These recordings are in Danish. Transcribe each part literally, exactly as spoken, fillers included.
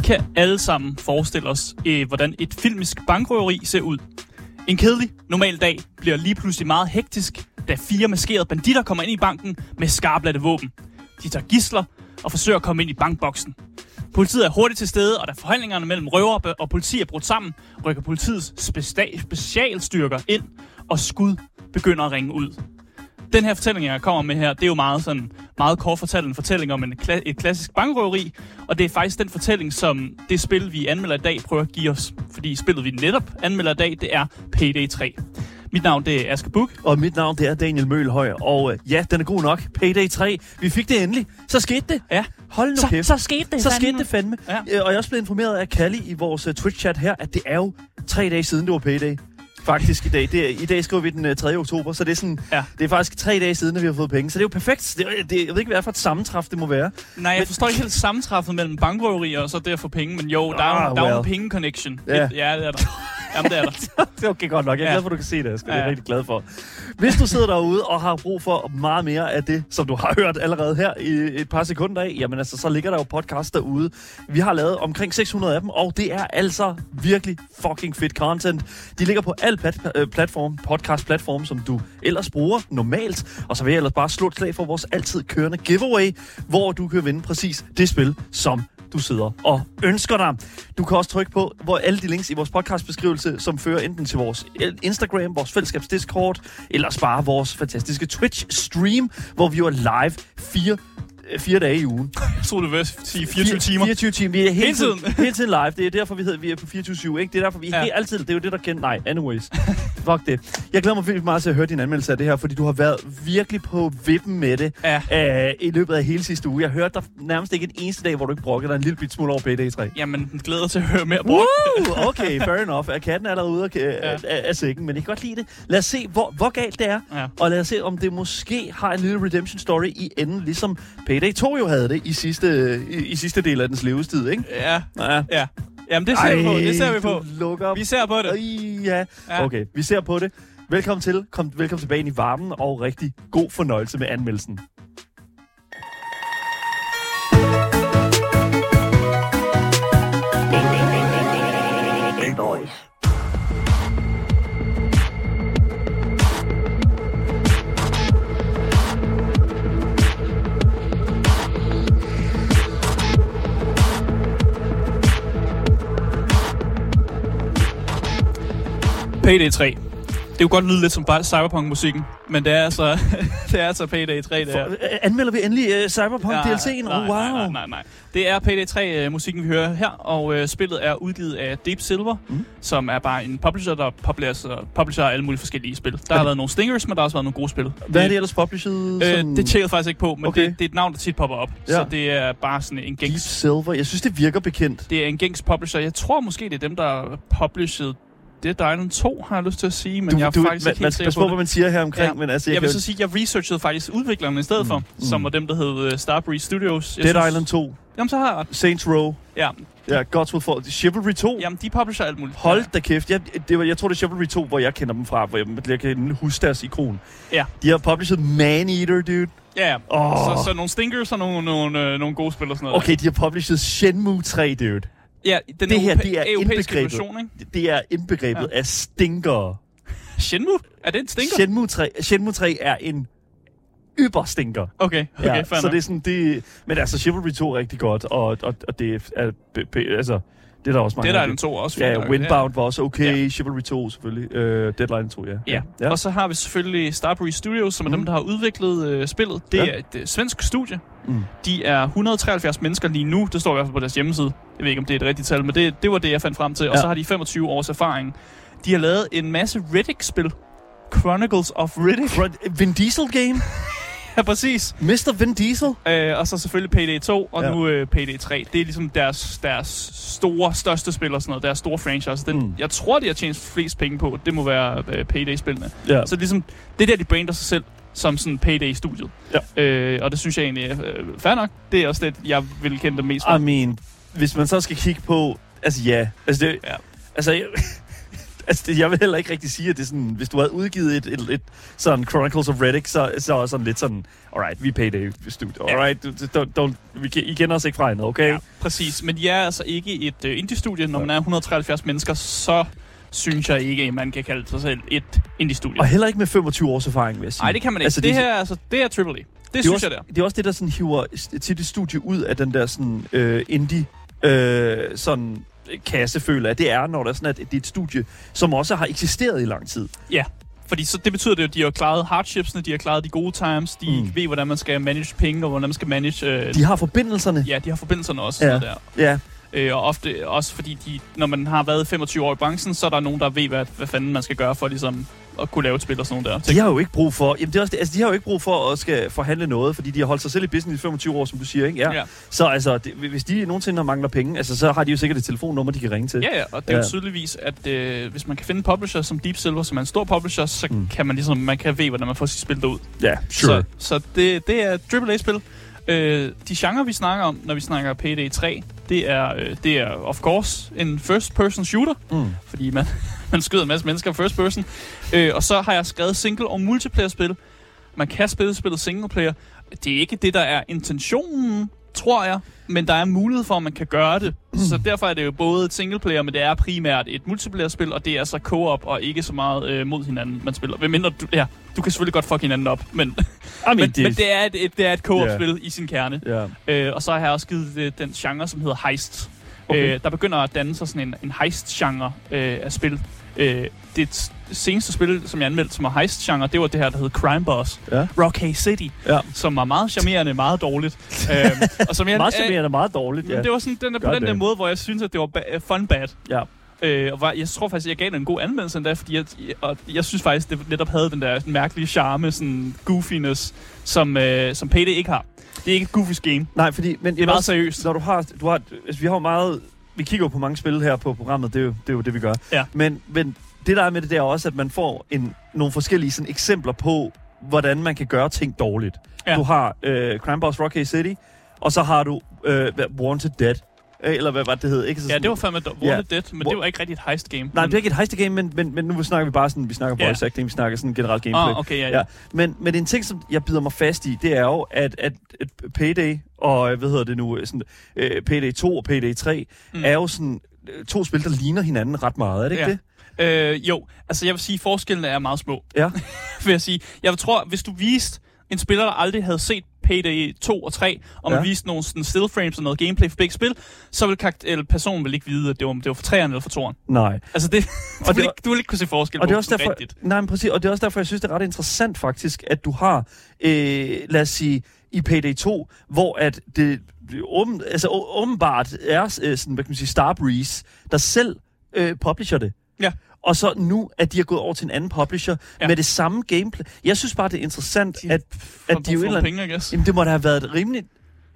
kan alle sammen forestille os, øh, hvordan et filmisk bankrøveri ser ud. En kedelig, normal dag bliver lige pludselig meget hektisk, da fire maskerede banditter kommer ind i banken med skarpladte våben. De tager gidsler og forsøger at komme ind i bankboksen. Politiet er hurtigt til stede, og da forhandlingerne mellem røver og politi er brudt sammen, rykker politiets spesta- specialstyrker ind, og skud begynder at ringe ud. Den her fortælling, jeg kommer med her, det er jo meget, sådan, meget kort fortalt en fortælling om en kla- et klassisk bankrøveri, og det er faktisk den fortælling, som det spil, vi anmelder i dag, prøver at give os. Fordi spillet, vi netop anmelder i dag, det er Payday tre. Mit navn, det er Asger Buch. Og mit navn, det er Daniel Mølhøj. Og øh, ja, den er god nok. Payday tre. Vi fik det endelig. Så skete det. Ja. Hold nu så, kæft. Så skete det Så fandme. skete det fandme. Ja. Øh, og jeg er også blevet informeret af Kalli i vores uh, Twitch-chat her, at det er jo tre dage siden, det var Payday. Faktisk i dag. Det er, I dag skriver vi den uh, tredje oktober, så det er, sådan, ja. det er faktisk tre dage siden, at vi har fået penge. Så det er jo perfekt. Det, det, jeg ved ikke, hvad for et sammentræf det må være. Nej, jeg men, forstår ikke helt sammentræffet mellem bankrøverier og så det at få penge, men jo, der er jo ah, der well. en penge-connection. Ja. Det, ja, det er der. Jamen, det er der. Det er okay godt nok. Jeg er ja. glad for, at du kan se det, Asger. Det er ja. jeg rigtig glad for. Hvis du sidder derude og har brug for meget mere af det, som du har hørt allerede her i et par sekunder af, jamen altså, så ligger der jo podcast derude. Vi har lavet omkring seks hundrede af dem, og det er altså virkelig fucking fedt content. De ligger på alle plat- øh, platform, podcast-platform, som du ellers bruger normalt. Og så vil jeg ellers bare slå et slag for vores altid kørende giveaway, hvor du kan vinde præcis det spil, som du sidder og ønsker dig. Du kan også trykke på hvor alle de links i vores podcastbeskrivelse, som fører enten til vores Instagram, vores fællesskabs Discord, eller bare vores fantastiske Twitch-stream, hvor vi er live fire Fire dage i ugen. Jeg tror du vil sige fireogtyve timer. fireogtyve timer. Vi er hele, hele tiden. tiden, hele tiden live. Det er derfor, vi hedder, vi er på fireogtyve syv, ikke? Det er derfor, vi er ja. helt altid. Det er jo det, der kender. Nej, anyways. Fuck det. Jeg glæder mig virkelig meget til at høre din anmeldelse af det her, fordi du har været virkelig på vippen med det ja. øh, i løbet af hele sidste uge. Jeg hørte dig nærmest ikke en eneste dag, hvor du ikke brokkede dig en lille bit smule over Payday tre. Jamen, den glæder til at høre mere brok. Woo! Okay, fair enough. Er katten allerede ude af, ja. af, af sækken, men jeg kan godt lide det. Lad os se, hvor, hvor galt det er, ja. og lad os se, om det måske har en lille redemption story i enden, ligesom Payday to jo havde det i sidste, i, i sidste del af dens levetid, ikke? Ja, ja. ja. Jamen, det ser Ej, vi på. Det ser vi på. Lukker. Vi ser på det. Ej, ja. ja. Okay, vi ser på det. Velkommen til. Kom, velkommen tilbage ind i varmen, og rigtig god fornøjelse med anmeldelsen. Payday tre. Det kunne godt lyde lidt som bare Cyberpunk-musikken, men det er altså, det er altså Payday tre, det er. For, anmelder vi endelig uh, Cyberpunk ja, D L C'en? Nej, oh, wow. nej, nej, nej. Det er Payday tre-musikken, vi hører her, og uh, spillet er udgivet af Deep Silver, mm. som er bare en publisher, der publisher, publisher alle mulige forskellige spil. Der har været nogle stingers, men der har også været nogle gode spil. Hvad er det ellers published? Øh, som... Det tjekkede jeg faktisk ikke på, men okay. det, det er et navn, der tit popper op. Ja. Så det er bare sådan en gængs... Deep Silver, jeg synes, det virker bekendt. Det er en gængs publisher. Jeg tror måske, det er dem, der published Dead Island to, har jeg lyst til at sige, men du, jeg er du, faktisk man, ikke man helt skal passe på, hvad man siger her omkring. Ja. Men altså, jeg, jeg vil kan... så sige, at jeg researchede faktisk udviklerne i stedet mm. for, mm. som var dem, der hed uh, Starbreeze Studios. Jeg Dead synes... Island to. Jamen, så har jeg ret. Saints Row. Ja. Ja, Gods Will Fall. Chivalry to. Jamen, de publisher alt muligt. Hold da kæft. Jeg, det var, jeg tror, det er Chivalry to, hvor jeg kender dem fra, hvor jeg, jeg kan huske deres ikon. Ja. De har published Man-Eater, dude. Ja, ja. Oh. Så, så nogle stinkers og nogle, nogle, øh, nogle gode spil og sådan noget. Okay, de har published Shenmue tre, dude. Ja, den det her, det er europæiske version, ikke? Det er indbegrebet ja. af stinker. Shenmue? Er det en stinker? Shenmue tre, Shenmue tre er en yberstinker. Okay, okay, ja, fair så det er sådan, det... Men altså, Chivalry to er rigtig godt, og, og, og det er... Altså, det er der også mange. Deadline to også. Ja, ja, Windbound ja. var også okay. Ja. Chivalry to selvfølgelig. Uh, Deadline to, ja. ja. Ja. Og så har vi selvfølgelig Starbreeze Studios, som er mm. dem, der har udviklet uh, spillet. Det ja. er et uh, svensk studie. Mm. De er et hundrede og treoghalvfjerds mennesker lige nu. Det står i hvert fald på deres hjemmeside. Jeg ved ikke, om det er et rigtigt tal, men det, det var det, jeg fandt frem til. Ja. Og så har de femogtyve års erfaring. De har lavet en masse Riddick-spil. Chronicles of Riddick. Vin Diesel game? Ja, præcis. mister Vin Diesel. Øh, og så selvfølgelig Payday to, og ja. nu øh, Payday tre. Det er ligesom deres, deres store, største spil og sådan noget. Deres store franchise. Den, mm. Jeg tror, de har tjent flest penge på. Det må være øh, Payday-spillene. Ja. Så ligesom, det er der, de brander sig selv som sådan Payday-studiet. Ja. Øh, og det synes jeg egentlig er øh, fair nok. Det er også det, jeg vil kende dem mest for. I mean, hvis man så skal kigge på... Altså ja. Altså, det, ja. altså jeg, Altså, det, jeg vil heller ikke rigtig sige, at det er sådan, hvis du havde udgivet et, et, et sådan Chronicles of Riddick, så, så er sådan lidt sådan, alright, vi er Payday studie, alright, ja. don't, don't, vi, I kender os ikke fra hende, okay? Ja, præcis, men de er altså ikke et uh, indie-studie. Når man er et hundrede og treoghalvfjerds mennesker, så synes jeg ikke, at man kan kalde sig selv et indie-studie. Og heller ikke med femogtyve års erfaring, vil jeg sige. Nej, det kan man ikke. Altså, det, det her altså, det er triple A. Det, det synes også, jeg, der. Det er også det, der sådan hiver til det studie ud af den der sådan øh, indie øh, sådan kasse, føler jeg. Det er, når der er sådan, at det er et studie, som også har eksisteret i lang tid. Ja, fordi så det betyder det, at de har klaret hardshipsene, de har klaret de gode times, de mm. ved, hvordan man skal manage penge, og hvordan man skal manage... Øh, de har forbindelserne. Ja, de har forbindelserne også. Ja, der. ja. Øh, og ofte også fordi, de, når man har været femogtyve år i branchen, så er der nogen, der ved, hvad, hvad fanden man skal gøre for ligesom, at kunne lave et spil og sådan noget der. De har jo ikke brug for, jamen det er også det, altså de har jo ikke brug for at skal forhandle noget, fordi de har holdt sig selv i business i femogtyve år, som du siger, ikke? Ja. Ja. Så altså, det, hvis de nogensinde mangler penge, altså så har de jo sikkert et telefonnummer, de kan ringe til. Ja, ja, og det er ja. jo tydeligvis, at øh, hvis man kan finde en publisher som Deep Silver, som er en stor publisher, så mm. kan man ligesom, man kan ved, hvordan man får sit spil derud. Ja, sure. Så, så det, det er et triple A-spil. Øh, de genre, vi snakker om, når vi snakker Payday tre, det er, øh, det er of course en first-person shooter, mm. fordi man, man skyder en masse mennesker first-person. Øh, og så har jeg skrevet single- og multiplayer-spil. Man kan spille spillet single-player. Det er ikke det, der er intentionen, tror jeg, men der er mulighed for, at man kan gøre det. Mm. Så derfor er det jo både et single-player, men det er primært et multiplayer-spil, og det er så co-op og ikke så meget øh, mod hinanden, man spiller. Hvem mindre du, ja, du kan selvfølgelig godt fuck hinanden op, men, men, det, men det, er et, et, det er et co-op-spil yeah. i sin kerne. Yeah. Øh, og så har jeg også givet det, den genre, som hedder heist. Okay. Øh, der begynder at danne sig sådan en, en heist-genre øh, af spil. Øh, det seneste spil, som jeg anmeldte, som er heist-genre, det var det her, der hed Crime Boss. Ja. Rockay City, ja. Som var meget charmerende, meget dårligt. øhm, og som jeg, meget charmerende, meget dårligt, ja. Det var sådan den der, på den der måde, hvor jeg synes, at det var ba- fun bad. Ja. Øh, og var, jeg tror faktisk, jeg gav den en god anmeldelse endda, fordi jeg, og jeg synes faktisk, det netop havde den der mærkelige charme, sådan goofiness, som, øh, som Payday ikke har. Det er ikke et goofies game. Nej, fordi... Men det er meget seriøst. Når du har... Du har altså, vi har meget... Vi kigger jo på mange spil her på programmet, det er jo det, er jo det vi gør. Ja. Men, men det der er med det, der er også, at man får en, nogle forskellige sådan, eksempler på, hvordan man kan gøre ting dårligt. Ja. Du har øh, Crime Boss Rockay City, og så har du øh, Wanted Dead. Eller hvad, hvad det hed, ikke? Så ja, det var fandme Wanted ja. Dead, men det var ikke rigtig et heist game. Nej, det er ikke et heist game, men, men, men nu snakker vi bare sådan, vi snakker yeah. voice acting, vi snakker sådan generelt gameplay. Ah, okay, ja, ja. ja. Men, men en ting, som jeg bider mig fast i, det er jo, at, at, at Payday og, hvad hedder det nu, sådan, uh, Payday to og Payday tre, mm. er jo sådan to spil, der ligner hinanden ret meget, er det ikke ja. det? Øh, jo, altså jeg vil sige, forskellene er meget små. Ja. vil jeg sige. Jeg tror, hvis du viste en spiller, der aldrig havde set Payday to og tre, og man ja. viste nogle sådan still frames og noget gameplay for begge spil, så vil karakteren, eller personen vil ikke vide, at det var, det var for treeren eller for toeren. Nej. Altså det, du, vil ikke, du vil ikke kunne se forskel og på det er også derfor, rigtigt. Nej, men præcis, og det er også derfor, jeg synes, det er ret interessant faktisk, at du har, øh, lad os sige, i Payday to, hvor at det åben, altså, åbenbart er øh, sådan, hvad kan man sige, Starbreeze, der selv øh, publisher det. Ja. Og så nu, at de har gået over til en anden publisher ja. med det samme gameplay. Jeg synes bare, det er interessant, de, at, at de jo et eller andet... Jamen, det må da have været rimeligt...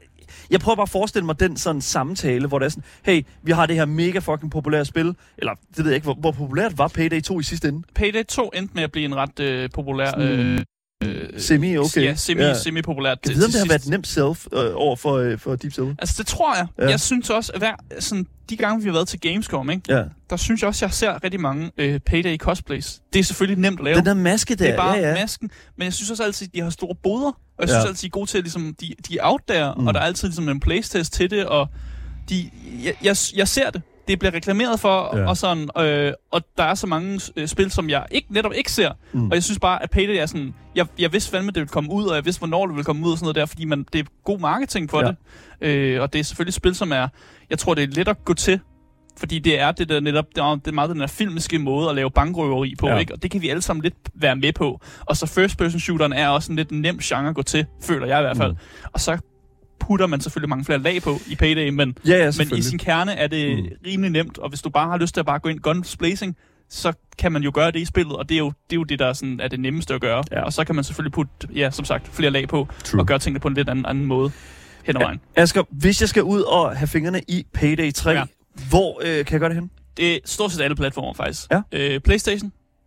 Jeg prøver bare at forestille mig den sådan samtale, hvor det er sådan, hey, vi har det her mega fucking populære spil, eller det ved jeg ikke, hvor, hvor populært var Payday to i sidste ende? Payday to endte med at blive en ret øh, populær... Øh, øh, semi, okay. Ja, semi, ja. semi-populært. Jeg ved, om det har været nemt self øh, over for, øh, for Deep Silver. Altså, det tror jeg. Ja. Jeg synes også, at hver, sådan, de gange, vi har været til Gamescom, ikke? Ja. Der synes jeg også, at jeg ser rigtig mange øh, Payday cosplays. Det er selvfølgelig nemt at lave. Den der maske der, det er bare ja, ja. masken. Men jeg synes også altid, at de har store boder. Og jeg synes ja. altid, de er gode til, at ligesom, de, de er out der, mm. og der er altid ligesom, en playstest til det, og de, jeg, jeg, jeg ser det. Det bliver reklameret for, ja. og sådan, øh, og der er så mange øh, spil, som jeg ikke, netop ikke ser. Mm. Og jeg synes bare, at Payday er sådan... Jeg, jeg vidste fandme, det ville komme ud, og jeg vidste, hvornår det ville komme ud, og sådan noget der, fordi man, det er god marketing for ja. det. Øh, og det er selvfølgelig spil, som er... Jeg tror, det er let at gå til, fordi det er det der netop... Det er, det er meget den der filmiske måde at lave bankrøveri på, ja. ikke? Og det kan vi alle sammen lidt være med på. Og så first-person-shooteren er også en lidt nem genre at gå til, føler jeg i hvert fald. Mm. Og så putter man selvfølgelig mange flere lag på i Payday, men, ja, ja, men i sin kerne er det mm. rimelig nemt, og hvis du bare har lyst til at bare gå ind guns blazing, så kan man jo gøre det i spillet, og det er jo det, er jo det der sådan, er det nemmeste at gøre. Ja. Og så kan man selvfølgelig putte, ja, som sagt, flere lag på, True. og gøre tingene på en lidt anden, anden måde hen ad vejen. Ja, Asger, hvis jeg skal ud og have fingrene i Payday tre, ja. hvor øh, kan jeg gøre det hen? Det er stort set alle platformer, faktisk. Ja. Øh, PlayStation,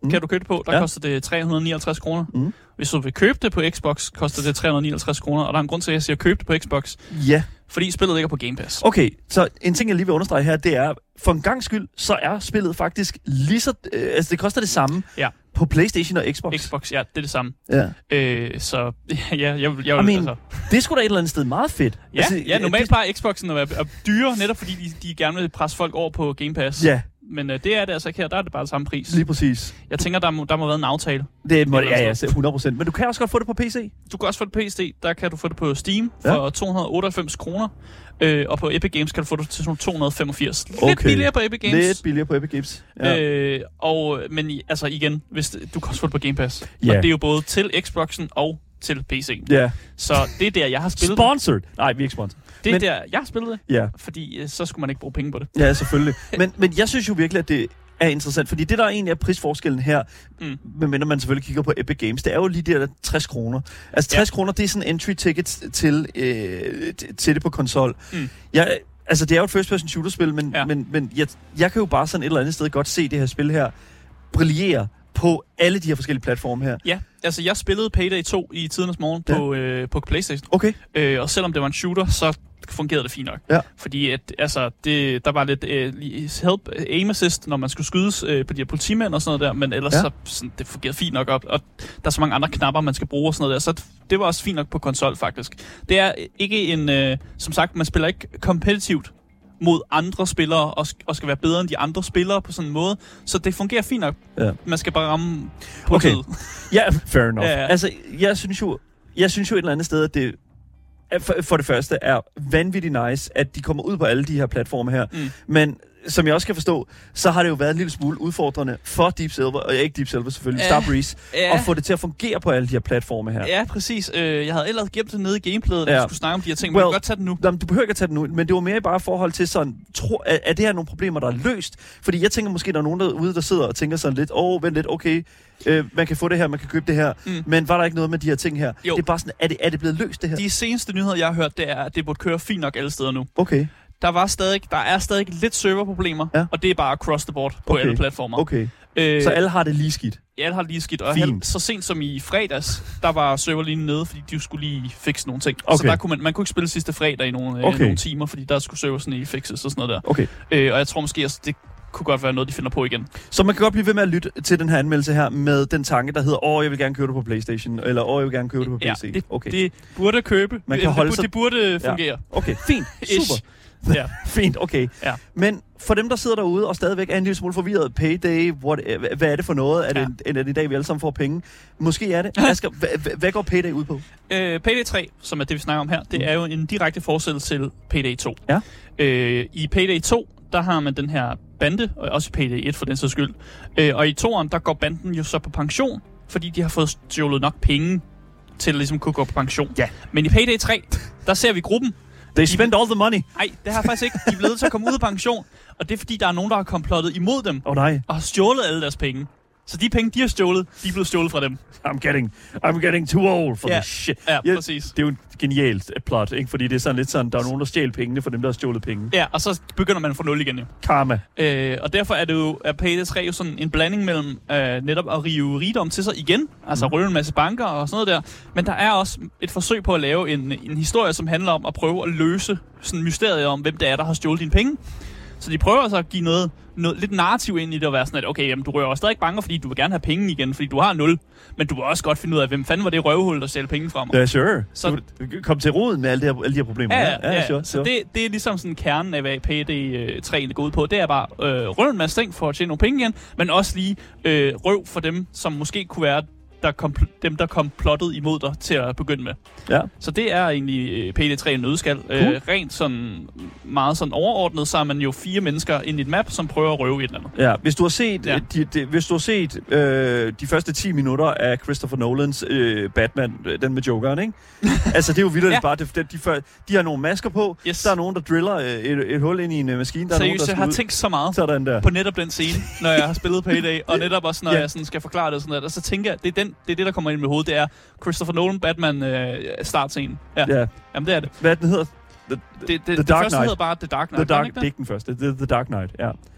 mm. kan du købe det på. Der ja. koster det tre hundrede og nioghalvtreds kroner. Mm. Hvis du vil købe det på Xbox, koster det tre hundrede og nioghalvtreds kroner. Og der er en grund til, at jeg siger købe det på Xbox. Ja. Fordi spillet ligger på Game Pass. Okay, så en ting, jeg lige vil understrege her, det er, for en gang skyld, så er spillet faktisk lige så... Øh, altså, det koster det samme ja. på PlayStation og Xbox. Xbox, ja, det er det samme. Ja. Øh, så ja, jeg, jeg, jeg vil... I mean, altså... det er sgu da et eller andet sted meget fedt. Ja, altså, ja normalt det... plejer Xboxen at være dyre, netop fordi de, de gerne vil presse folk over på Game Pass. Ja. Men øh, det er det altså ikke her. Der er det bare samme pris. Lige præcis. Jeg tænker, der må, der må have været en aftale. Det må, ja, ja, hundrede procent. Men du kan også godt få det på P C. Du kan også få det på P C. Der kan du få det på Steam for ja. to hundrede og otteoghalvfems kroner. Øh, og på Epic Games kan du få det til to hundrede og femogfirs. Okay. Lidt billigere på Epic Games. Lidt billigere på Epic Games. Ja. Øh, og, men altså igen, hvis det, du kan også få det på Game Pass. Ja. Og det er jo både til Xboxen og til P C'en. Ja. Så det er der, jeg har spillet Sponsored. Nej, vi er ikke sponsored. det. Det er der, jeg har spillet det. Ja. Fordi øh, så skulle man ikke bruge penge på det. Ja, selvfølgelig. men, men jeg synes jo virkelig, at det er interessant, fordi det, der egentlig er prisforskellen her, mm. medmindre man selvfølgelig kigger på Epic Games, det er jo lige der, der tres kroner. Altså tres ja. kroner, det er sådan entry ticket til, øh, til det på konsol. Mm. Jeg, altså, det er jo et first-person shooter-spil, men, ja. men, men jeg, jeg kan jo bare sådan et eller andet sted godt se det her spil her brillere på alle de her forskellige platforme her. Ja, altså jeg spillede Payday to i tidernes morgen ja. på, øh, på PlayStation. Okay. Øh, og selvom det var en shooter, så fungerede det fint nok. Ja. Fordi at, altså, det, der var lidt øh, help, aim assist, når man skulle skydes øh, på de her politimænd og sådan noget der, men ellers ja. så sådan, det fungerede fint nok op, og der er så mange andre knapper, man skal bruge og sådan noget der, så det var også fint nok på konsol faktisk. Det er ikke en, øh, som sagt, man spiller ikke kompetitivt mod andre spillere og, og skal være bedre end de andre spillere på sådan en måde, så det fungerer fint nok. Ja. Man skal bare ramme på okay. tid. Ja, fair enough. Ja, ja. Altså, jeg synes jo, jeg synes jo et eller andet sted, at det For, for det første er vanvittigt nice, at de kommer ud på alle de her platforme her. Mm. Men som jeg også kan forstå, så har det jo været en lille smule udfordrende for Deep Silver, og ikke Deep Silver selvfølgelig, Star Breeze, ja. at få det til at fungere på alle de her platforme her. Ja, præcis. Øh, jeg havde ellers gemt det nede i gameplayet, da ja. jeg skulle snakke om de her ting, men well, du kan godt tage den nu. Jamen, du behøver ikke at tage den nu, men det var mere bare i forhold til sådan, tro, er, er det her nogle problemer, der er løst? Fordi jeg tænker måske, der er nogen derude, der sidder og tænker sådan lidt, åh, oh, vent lidt, okay, øh, man kan få det her, man kan købe det her, mm. men var der ikke noget med de her ting her? Jo. Det er bare sådan, er det, er det blevet løst det her? De seneste nyheder, jeg har hørt, det er, at det burde køre fint nok alle steder nu. Okay. Der var stadig, der er stadig lidt serverproblemer, ja. og det er bare across the board på okay. alle platformer. Okay. Øh, så alle har det lige skidt? Ja, alle har det lige skidt. Og hel, så sent som i fredags, der var serverlinjen nede, fordi de skulle lige fikse nogle ting. Okay. Så der kunne man, man kunne ikke spille sidste fredag i nogle, okay. øh, nogle timer, fordi der skulle serversen lige fikses og sådan noget der. Okay. Øh, og jeg tror måske også, det kunne godt være noget, de finder på igen. Så man kan godt blive ved med at lytte til den her anmeldelse her med den tanke, der hedder, åh, jeg vil gerne købe det på PlayStation, eller åh, jeg vil gerne købe det på P C. Ja, det, okay. det burde købe. Man kan holde det, sig... det burde fungere. Ja. Okay, fint. Super. Ja. Fint, okay. Ja. Men for dem, der sidder derude og stadigvæk er en lille smule forvirret, Payday, what, hvad er det for noget? Er det ja. en, en, en dag, vi alle sammen får penge? Måske er det. Asger, hvad, hvad går Payday ud på? Øh, Payday tre, som er det, vi snakker om her, det mm. er jo en direkte forsættelse til Payday to. Ja. Øh, I Payday to, der har man den her bande, og også i Payday et for den sags skyld. Øh, og i toeren, der går banden jo så på pension, fordi de har fået stjålet nok penge til at ligesom kunne gå på pension. Ja. Men i Payday tre, der ser vi gruppen. They spent all the money. Nej, det har faktisk ikke. De er blevet til at komme ud af pension, og det er fordi, der er nogen, der har komplottet imod dem. Oh, nej. Og har stjålet alle deres penge. Så de penge, de har stjålet, de er blevet stjålet fra dem. I'm getting, I'm getting too old for ja. this shit. Ja, ja, præcis. Det er jo et genialt plot, ikke? Fordi det er sådan lidt sådan, der er nogen, der stjæler pengene for dem, der har stjålet penge. Ja, og så begynder man fra nul igen jo. Karma. Øh, og derfor er det jo, at Payday tre jo sådan en blanding mellem øh, netop at rive rigdom til sig igen, altså mm. røve en masse banker og sådan noget der. Men der er også et forsøg på at lave en, en historie, som handler om at prøve at løse sådan mysteriet om, hvem det er, der har stjålet dine penge. Så de prøver så at give noget, noget lidt narrativ ind i det, og være sådan, at okay, jamen, du rører stadig banker, fordi du vil gerne have penge igen, fordi du har nul. Men du vil også godt finde ud af, hvem fanden var det røvhul, der stjæler penge fra mig. Ja, yeah, sure. Så du kom til roden med alle de her, alle de her problemer. Ja, ja, ja, ja. Sure, så sure. det, det er ligesom sådan kernen af, hvad Payday tre går ud på. Det er bare øh, røv en masse ting for at tjene nogle penge igen, men også lige øh, røv for dem, som måske kunne være der kom, dem, der kom plottet imod dig til at begynde med. Ja. Så det er egentlig uh, Payday tre en nødskal. Cool. Uh, rent sådan meget sådan overordnet, så er man jo fire mennesker ind i et map, som prøver at røve et eller andet. Ja, hvis du har set, ja. de, de, hvis du har set øh, de første ti minutter af Christopher Nolans øh, Batman, den med Jokeren, ikke? Altså, det er jo vildt, ja. bare, det, de, de, de har nogle masker på, yes. der er nogen, der driller et, et hul ind i en uh, maskine. Der Seriøst, er nogen, der jeg har ud. tænkt så meget sådan der. på netop den scene, når jeg har spillet Payday, og netop også, når ja. jeg sådan skal forklare det og sådan der, så tænker jeg, det er, den, det er det, der kommer ind i mit hoved, det er Christopher Nolan Batman øh, startscene. Ja. ja. Jamen, det er det. Hvad den hedder? The, det, det, the det Dark første Knight. hedder bare The Dark Knight. The Dark, det er ikke den første. The, the Dark Knight, ja.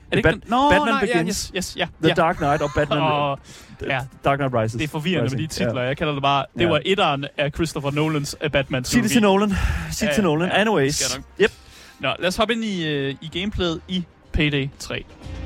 det ikke Bat- den? Nå, Batman nej, Begins, ja, yes, yes, ja. The ja. Dark Knight og Batman... Og, ja. Dark Knight Rises. Det er forvirrende Rising. med de titler. Ja. Jeg kalder det bare... Det Ja. var etteren af Christopher Nolans af Batman. Sig det til Nolan. Sig det til Nolan. Ja, Anyways. Yep. Nå, lad os hoppe ind i, uh, i gameplayet i Payday tre.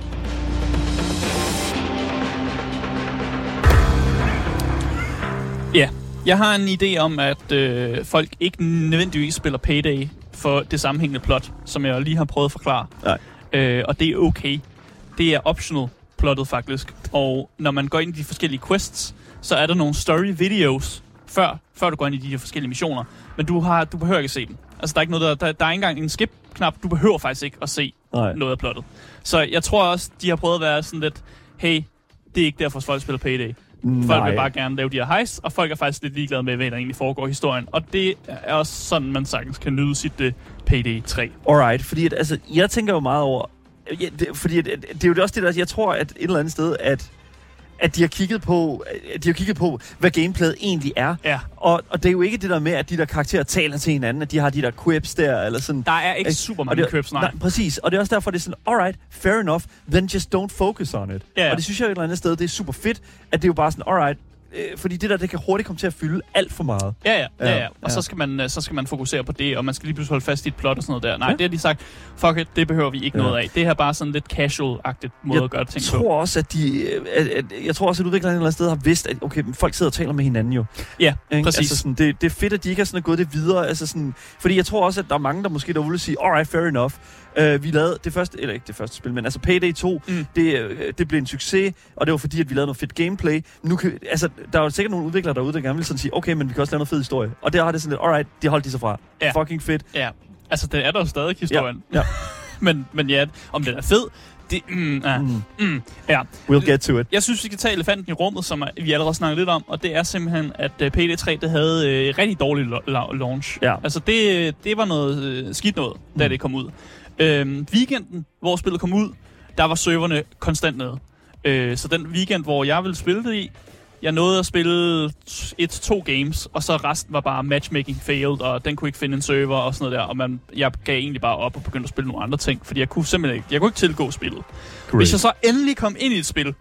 Ja, jeg har en idé om, at øh, folk ikke nødvendigvis spiller Payday for det sammenhængende plot, som jeg lige har prøvet at forklare. Nej. Øh, og det er okay. Det er optional plottet faktisk. Og når man går ind i de forskellige quests, så er der nogle story videos, før, før du går ind i de her forskellige missioner. Men du, har, du behøver ikke at se dem. Altså, der er, ikke noget, der, der, der er ikke engang en skip-knap. Du behøver faktisk ikke at se Nej. noget af plottet. Så jeg tror også, de har prøvet at være sådan lidt, hey, det er ikke derfor, folk spiller Payday. Folk Nej. vil bare gerne lave de her heists, og folk er faktisk lidt ligeglade med, hvad der egentlig foregår i historien. Og det er også sådan, man sagtens kan nyde sit uh, Payday tre. Alright, fordi at, altså, jeg tænker jo meget over... Ja, det, fordi at, at, det er jo også det der, jeg tror, at et eller andet sted, at at de har kigget på, at de har kigget på, hvad gameplayet egentlig er. Ja. Og, og det er jo ikke det der med, at de der karakterer taler til hinanden, at de har de der quips der, eller sådan. Der er ikke super mange quips, nej. nej. Præcis, og det er også derfor, det er sådan, alright, fair enough, then just don't focus on it. Ja. Og det synes jeg jo et eller andet sted, det er super fedt, at det er jo bare sådan, alright, øh, fordi det der, det kan hurtigt komme til at fylde alt for meget. Ja, ja, ja, ja. Og ja. Så, skal man, så skal man fokusere på det, og man skal lige pludselig holde fast i et plot og sådan noget der. Nej, ja. det har de sagt, fuck it, det behøver vi ikke ja. noget af. Det her er bare sådan lidt casual-agtigt måde jeg at gøre ting tror på. Også, at de, at, at, jeg tror også, at udviklerne et eller andet sted har vidst, at okay, folk sidder og taler med hinanden jo. Ja, ikke? præcis. Altså sådan, det, det er fedt, at de ikke har sådan gået det videre. Altså sådan, fordi jeg tror også, at der er mange, der måske derude vil sige, alright, fair enough. Uh, vi lavede det første, eller ikke det første spil, men altså Payday to, mm. det, uh, det blev en succes, og det var fordi, at vi lavede noget fedt gameplay. Nu kan, altså, der er jo sikkert nogle udviklere derude, der gerne vil sådan sige, okay, men vi kan også lave noget fed historie. Og der har det sådan lidt, alright, det holdt de sig fra. Ja. Fucking fedt. Ja, altså det er der jo stadig historien. Ja. Ja. men, men ja, om den er fed, det, mm, ja. Mm. Mm, ja. We'll get to it. Jeg synes, vi skal tage elefanten i rummet, som vi allerede snakkede lidt om, og det er simpelthen, at uh, Payday tre, det havde uh, rigtig dårlig lo- launch. Ja. Altså det, det var noget uh, skidt noget, da mm. det kom ud. Øhm, weekenden, hvor spillet kom ud, der var serverne konstant nede. Øh, så den weekend, hvor jeg ville spille det i, jeg nåede at spille et til to games, og så resten var bare matchmaking failed, og den kunne ikke finde en server og sådan noget der, og man, jeg gav egentlig bare op og begyndte at spille nogle andre ting, fordi jeg kunne simpelthen ikke, jeg kunne ikke tilgå spillet. Great. Hvis jeg så endelig kom ind i et spil,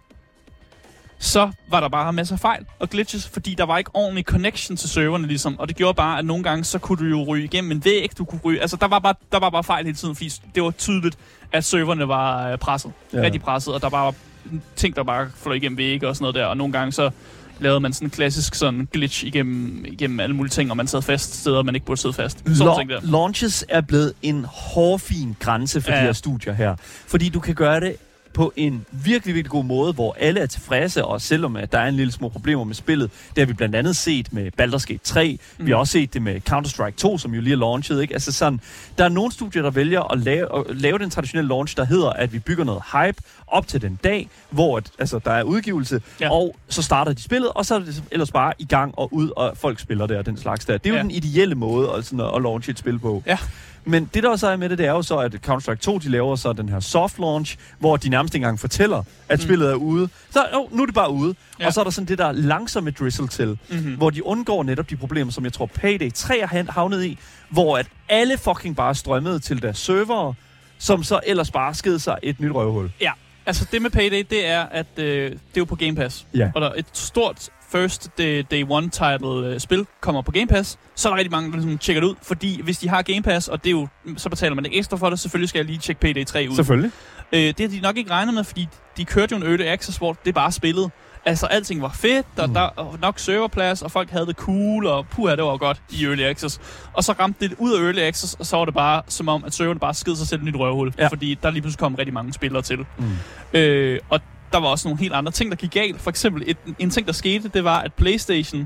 så var der bare masser af fejl og glitches, fordi der var ikke ordentlig connection til serverne ligesom, og det gjorde bare, at nogle gange så kunne du jo ryge igennem en væg, du kunne ryge, altså der var bare, der var bare fejl hele tiden, fordi det var tydeligt, at serverne var presset, ja. rigtig presset, og der var ting, der bare fløj igennem vægge og sådan noget der, og nogle gange så lavede man sådan en klassisk sådan glitch igennem, igennem alle mulige ting, og man sad fast steder, man ikke burde sidde fast. Sådan ting der. Launches er blevet en hårfin grænse for ja. de her studier her, fordi du kan gøre det på en virkelig, virkelig god måde, hvor alle er tilfredse, og selvom at der er en lille små problemer med spillet, det har vi blandt andet set med Baldur's Gate tre, mm. vi har også set det med Counter-Strike to, som jo lige er launchet, ikke? Altså sådan, der er nogle studier, der vælger at lave, at lave den traditionelle launch, der hedder, at vi bygger noget hype op til den dag, hvor at, altså, der er udgivelse, ja. og så starter de spillet, og så er det ellers bare i gang og ud, og folk spiller der, den slags der. Det er jo ja. den ideelle måde at, sådan, at launche et spil på. Ja. Men det, der også er med det, det er jo så, at Counter-Strike to, de laver så den her soft launch, hvor de nærmest ikke engang fortæller, at mm. spillet er ude. Så jo, nu er det bare ude. Ja. Og så er der sådan det der langsomme drizzle til, mm-hmm. hvor de undgår netop de problemer, som jeg tror Payday tre har havnet i, hvor at alle fucking bare strømmede til deres servere, som så ellers bare skede sig et nyt røvhul. Ja, altså det med Payday, det er, at øh, det er jo på Game Pass. Ja. Og der er et stort first day, day one title øh, spil kommer på Game Pass, så er der rigtig mange, der ligesom tjekker det ud, fordi hvis de har Game Pass, og det er jo, så betaler man ikke ekstra for det, selvfølgelig skal jeg lige tjekke Payday tre ud. Selvfølgelig. Øh, det har de nok ikke regnet med, fordi de kørte jo en early access, hvor det bare spillet. Altså, alting var fedt, og mm. der var nok serverplads, og folk havde det cool, og puha, det var godt i early access. Og så ramte det ud af early access, og så var det bare som om, at serverne bare sked sig selv et nyt røvhul, ja. fordi der lige pludselig kom rigtig mange spillere til. Mm. Øh, og der var også nogle helt andre ting, der gik galt. For eksempel, et, en ting, der skete, det var, at PlayStation,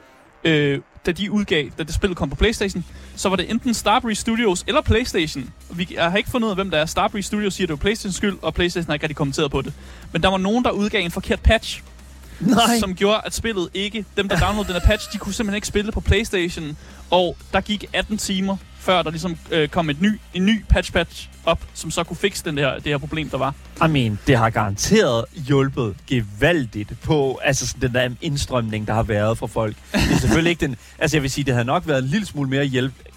øh, da de udgav, da det spillet kom på PlayStation, så var det enten Starbreeze Studios eller PlayStation. Vi jeg har ikke fundet ud af, hvem der er. Starbreeze Studios siger, det var PlayStations skyld, og PlayStation har ikke rigtig kommenteret på det. Men der var nogen, der udgav en forkert patch, Nej. som gjorde, at spillet ikke, dem der downloadede den her patch, de kunne simpelthen ikke spille det på PlayStation. Og der gik atten timer, før der ligesom øh, kom et ny, en ny patch-patch op, som så kunne fikse den her, det her problem, der var. I mean, det har garanteret hjulpet gevaldigt på altså sådan den der indstrømning, der har været fra folk. Det er selvfølgelig ikke den... Altså jeg vil sige, det havde nok været en lille smule mere hjælp,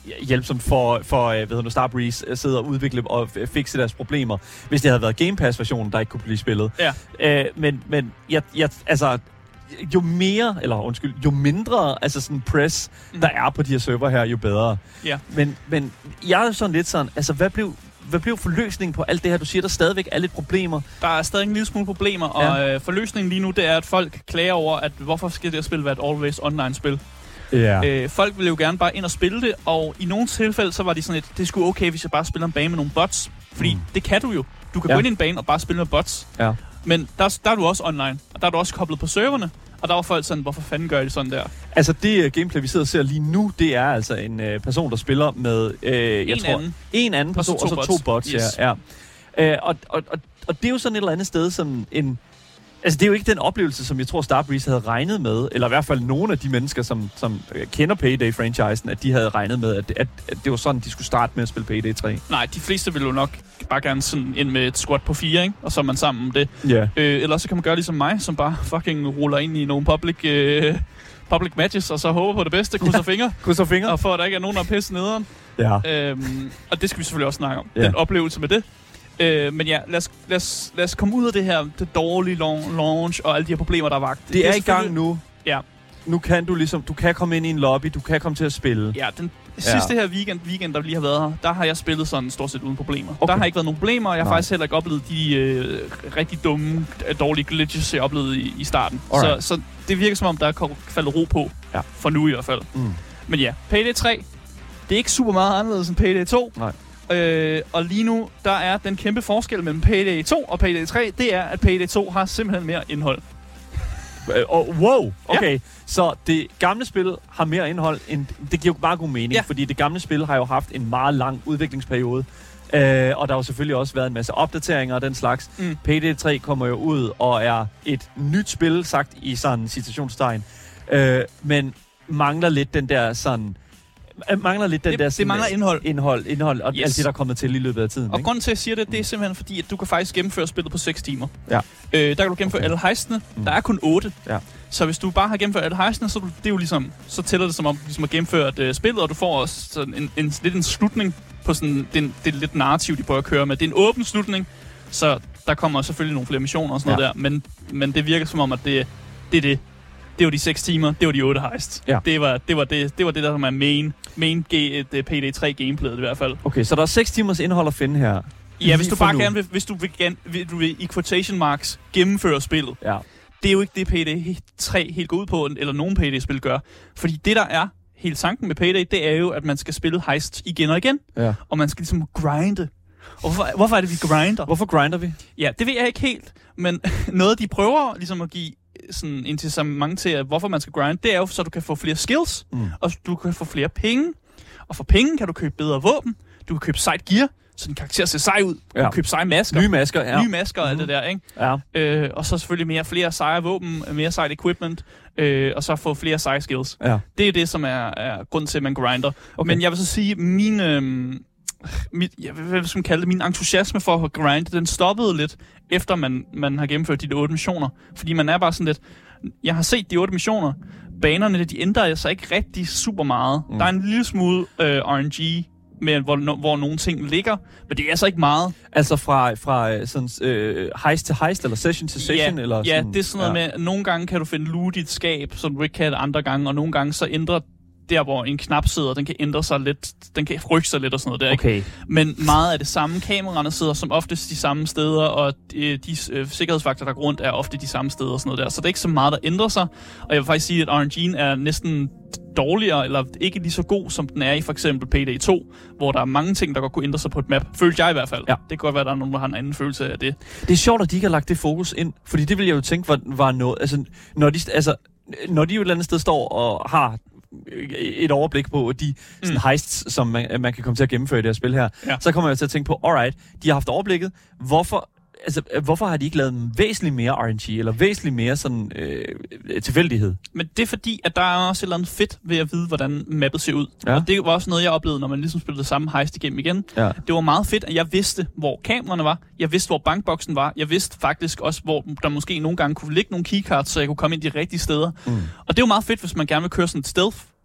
hjælpsomt for, for hvad hedder nu, Starbreeze at sidde og udvikle og fikse deres problemer, hvis det havde været Game Pass-versionen, der ikke kunne blive spillet. Ja. Øh, men men jeg, jeg, altså, jo mere, eller undskyld, jo mindre altså sådan press, mm. der er på de her server her, jo bedre. Ja. Men, men jeg er sådan lidt sådan, altså hvad blev... Hvad blev forløsningen på alt det her? Du siger, der stadigvæk er lidt problemer. Der er stadig en lille smule problemer, ja. og øh, forløsningen lige nu, det er, at folk klager over, at hvorfor skal det her spil være et always online-spil? Ja. Øh, folk vil jo gerne bare ind og spille det, og i nogle tilfælde, så var de sådan et, det er sgu okay, hvis jeg bare spiller en bane med nogle bots. Fordi mm. det kan du jo. Du kan ja. gå ind i en bane og bare spille med bots. Ja. Men der, der er du også online, og der er du også koblet på serverne. Og der var folk sådan, hvorfor fanden gør de sådan der? Altså det uh, gameplay, vi sidder og ser lige nu, det er altså en uh, person, der spiller med, uh, jeg en tror, anden. en anden person, og så to, og så to bots. Yes. Ja, ja. Uh, og, og, og, og det er jo sådan et eller andet sted, som en... Altså det er jo ikke den oplevelse, som jeg tror Starbreeze havde regnet med, eller i hvert fald nogle af de mennesker, som, som kender Payday-franchisen, at de havde regnet med, at, at, at det var sådan, de skulle starte med at spille Payday tre. Nej, de fleste ville jo nok bare gerne sådan ind med et squad på fire, ikke? Og så er man sammen om det. Yeah. Øh, eller så kan man gøre ligesom mig, som bare fucking ruller ind i nogle public, øh, public matches, og så håber på det bedste, krydser ja. fingre. Krydser fingre. Og for at der ikke er nogen, der er pisse nederen. Ja. Øhm, og det skal vi selvfølgelig også snakke om. Yeah. Den oplevelse med det. Øh, men ja, lad os, lad, os, lad os komme ud af det her, det dårlige launch og alle de her problemer, der er vagt. Det, det er, er i gang nu. Ja. Nu kan du ligesom, du kan komme ind i en lobby, du kan komme til at spille. Ja, den sidste ja. her weekend, weekend, der lige har været her, der har jeg spillet sådan stort set uden problemer. Okay. Der har ikke været nogen problemer, og jeg har Nej. faktisk heller ikke oplevet de øh, rigtig dumme, dårlige glitches, jeg oplevede i, i starten. Så, så det virker som om, der er faldet ro på, ja. for nu i hvert fald. Mm. Men ja, Payday tre, det er ikke super meget anderledes end Payday to. Nej. Øh, og lige nu, der er den kæmpe forskel mellem Payday to og Payday tre, det er, at Payday to har simpelthen mere indhold. Og uh, wow, okay. Ja. Så det gamle spil har mere indhold, end det giver jo bare god mening, ja. Fordi det gamle spil har jo haft en meget lang udviklingsperiode. Uh, og der har jo selvfølgelig også været en masse opdateringer og den slags. Mm. Payday tre kommer jo ud og er et nyt spil, sagt i sådan citationstegn. Uh, men mangler lidt den der sådan... mangler lidt den det, der sådan, det mangler indhold. Indhold, indhold og yes. alt det, der er kommet til i løbet af tiden. Og ikke? grunden til, at jeg siger det, det er simpelthen fordi, at du kan faktisk gennemføre spillet på seks timer. Ja. Øh, der kan du gennemføre okay. alle heistene. Mm. Der er kun otte. Ja. Så hvis du bare har gennemført alle heistene, så, du, det er jo ligesom, så tæller det som om, ligesom at gennemføre uh, spillet, og du får også sådan en, en, lidt en slutning på sådan, det, det er lidt narrativ, de prøver at køre med. Det er en åben slutning, så der kommer selvfølgelig nogle flere missioner og sådan ja. noget der, men, men det virker som om, at det, det er det. Det var de seks timer, det var de otte heist. Ja. Det, var, det, var det, det var det, der er main, main G, et, Payday tre gameplayet i hvert fald. Okay, så der er seks timers indhold at finde her. Ja, hvis du bare gerne vil, hvis du vil, gerne, vil, du vil i quotation marks gennemføre spillet. Ja. Det er jo ikke det, Payday tre helt går ud på, eller nogen Payday-spil gør. Fordi det, der er hele tanken med Payday, det er jo, at man skal spille heist igen og igen. Ja. Og man skal ligesom grinde. Og hvorfor, hvorfor er det, vi grinder? Hvorfor grinder vi? Ja, det ved jeg ikke helt. Men noget, de prøver ligesom at give sådan incitament til, at hvorfor man skal grind, det er jo, så du kan få flere skills, mm. og du kan få flere penge. Og for penge kan du købe bedre våben. Du kan købe sejt gear, så din karakter ser sej ud. Du ja. kan købe seje masker. Nye masker, ja. Nye masker og mm. alt det der, ikke? Ja. Øh, og så selvfølgelig mere, flere seje våben, mere sejt equipment, øh, og så få flere seje skills. Ja. Det er det, som er, er grund til, at man grinder. Okay. Men jeg vil så sige, min... Øh, Mit, jeg hvad skal man kalde det, min entusiasme for at grinde, den stoppede lidt, efter man, man har gennemført de otte missioner. Fordi man er bare sådan lidt, jeg har set de otte missioner, banerne, de ændrer sig ikke rigtig super meget. Mm. Der er en lille smule øh, R N G, med hvor, no, hvor nogle ting ligger, men det er altså ikke meget. Altså fra, fra sådan, øh, heist til heist, eller session til session? Ja, eller ja sådan, det er sådan noget ja. med, at nogle gange kan du finde loot i et skab, som du ikke kan andre gange, og nogle gange så ændrer der, hvor en knap sidder, den kan ændre sig lidt, den kan rykke sig lidt og sådan noget der, okay. ikke? Men meget af det samme. Kameraerne sidder som oftest de samme steder, og de, de øh, sikkerhedsfaktorer, der går rundt, er ofte de samme steder og sådan noget der. Så det er ikke så meget, der ændrer sig. Og jeg vil faktisk sige, at R N G'en er næsten dårligere, eller ikke lige så god, som den er i for eksempel Payday to, hvor der er mange ting, der godt kunne ændre sig på et map. Følte jeg i hvert fald. Ja. Det kan godt være, at der er nogen, der har en anden følelse af det. Det er sjovt, at de ikke har lagt det fokus ind, fordi det vil jeg jo tænke, var, var noget... Altså, når de, altså, når de jo et eller andet sted står og har et overblik på de sådan mm. heists, som man, man kan komme til at gennemføre i det her spil her, ja. Så kommer jeg til at tænke på, alright, de har haft overblikket. Hvorfor, altså, hvorfor har de ikke lavet væsentligt mere R N G, eller væsentligt mere sådan øh, tilfældighed? Men det er fordi, at der er også et eller andet fedt ved at vide, hvordan mappet ser ud. Ja. Og det var også noget, jeg oplevede, når man ligesom spillede det samme heist igennem igen. Ja. Det var meget fedt, at jeg vidste, hvor kameraerne var. Jeg vidste, hvor bankboksen var. Jeg vidste faktisk også, hvor der måske nogle gange kunne ligge nogle keycards, så jeg kunne komme ind de rigtige steder. Mm. Og det er jo meget fedt, hvis man gerne vil køre sådan et stealth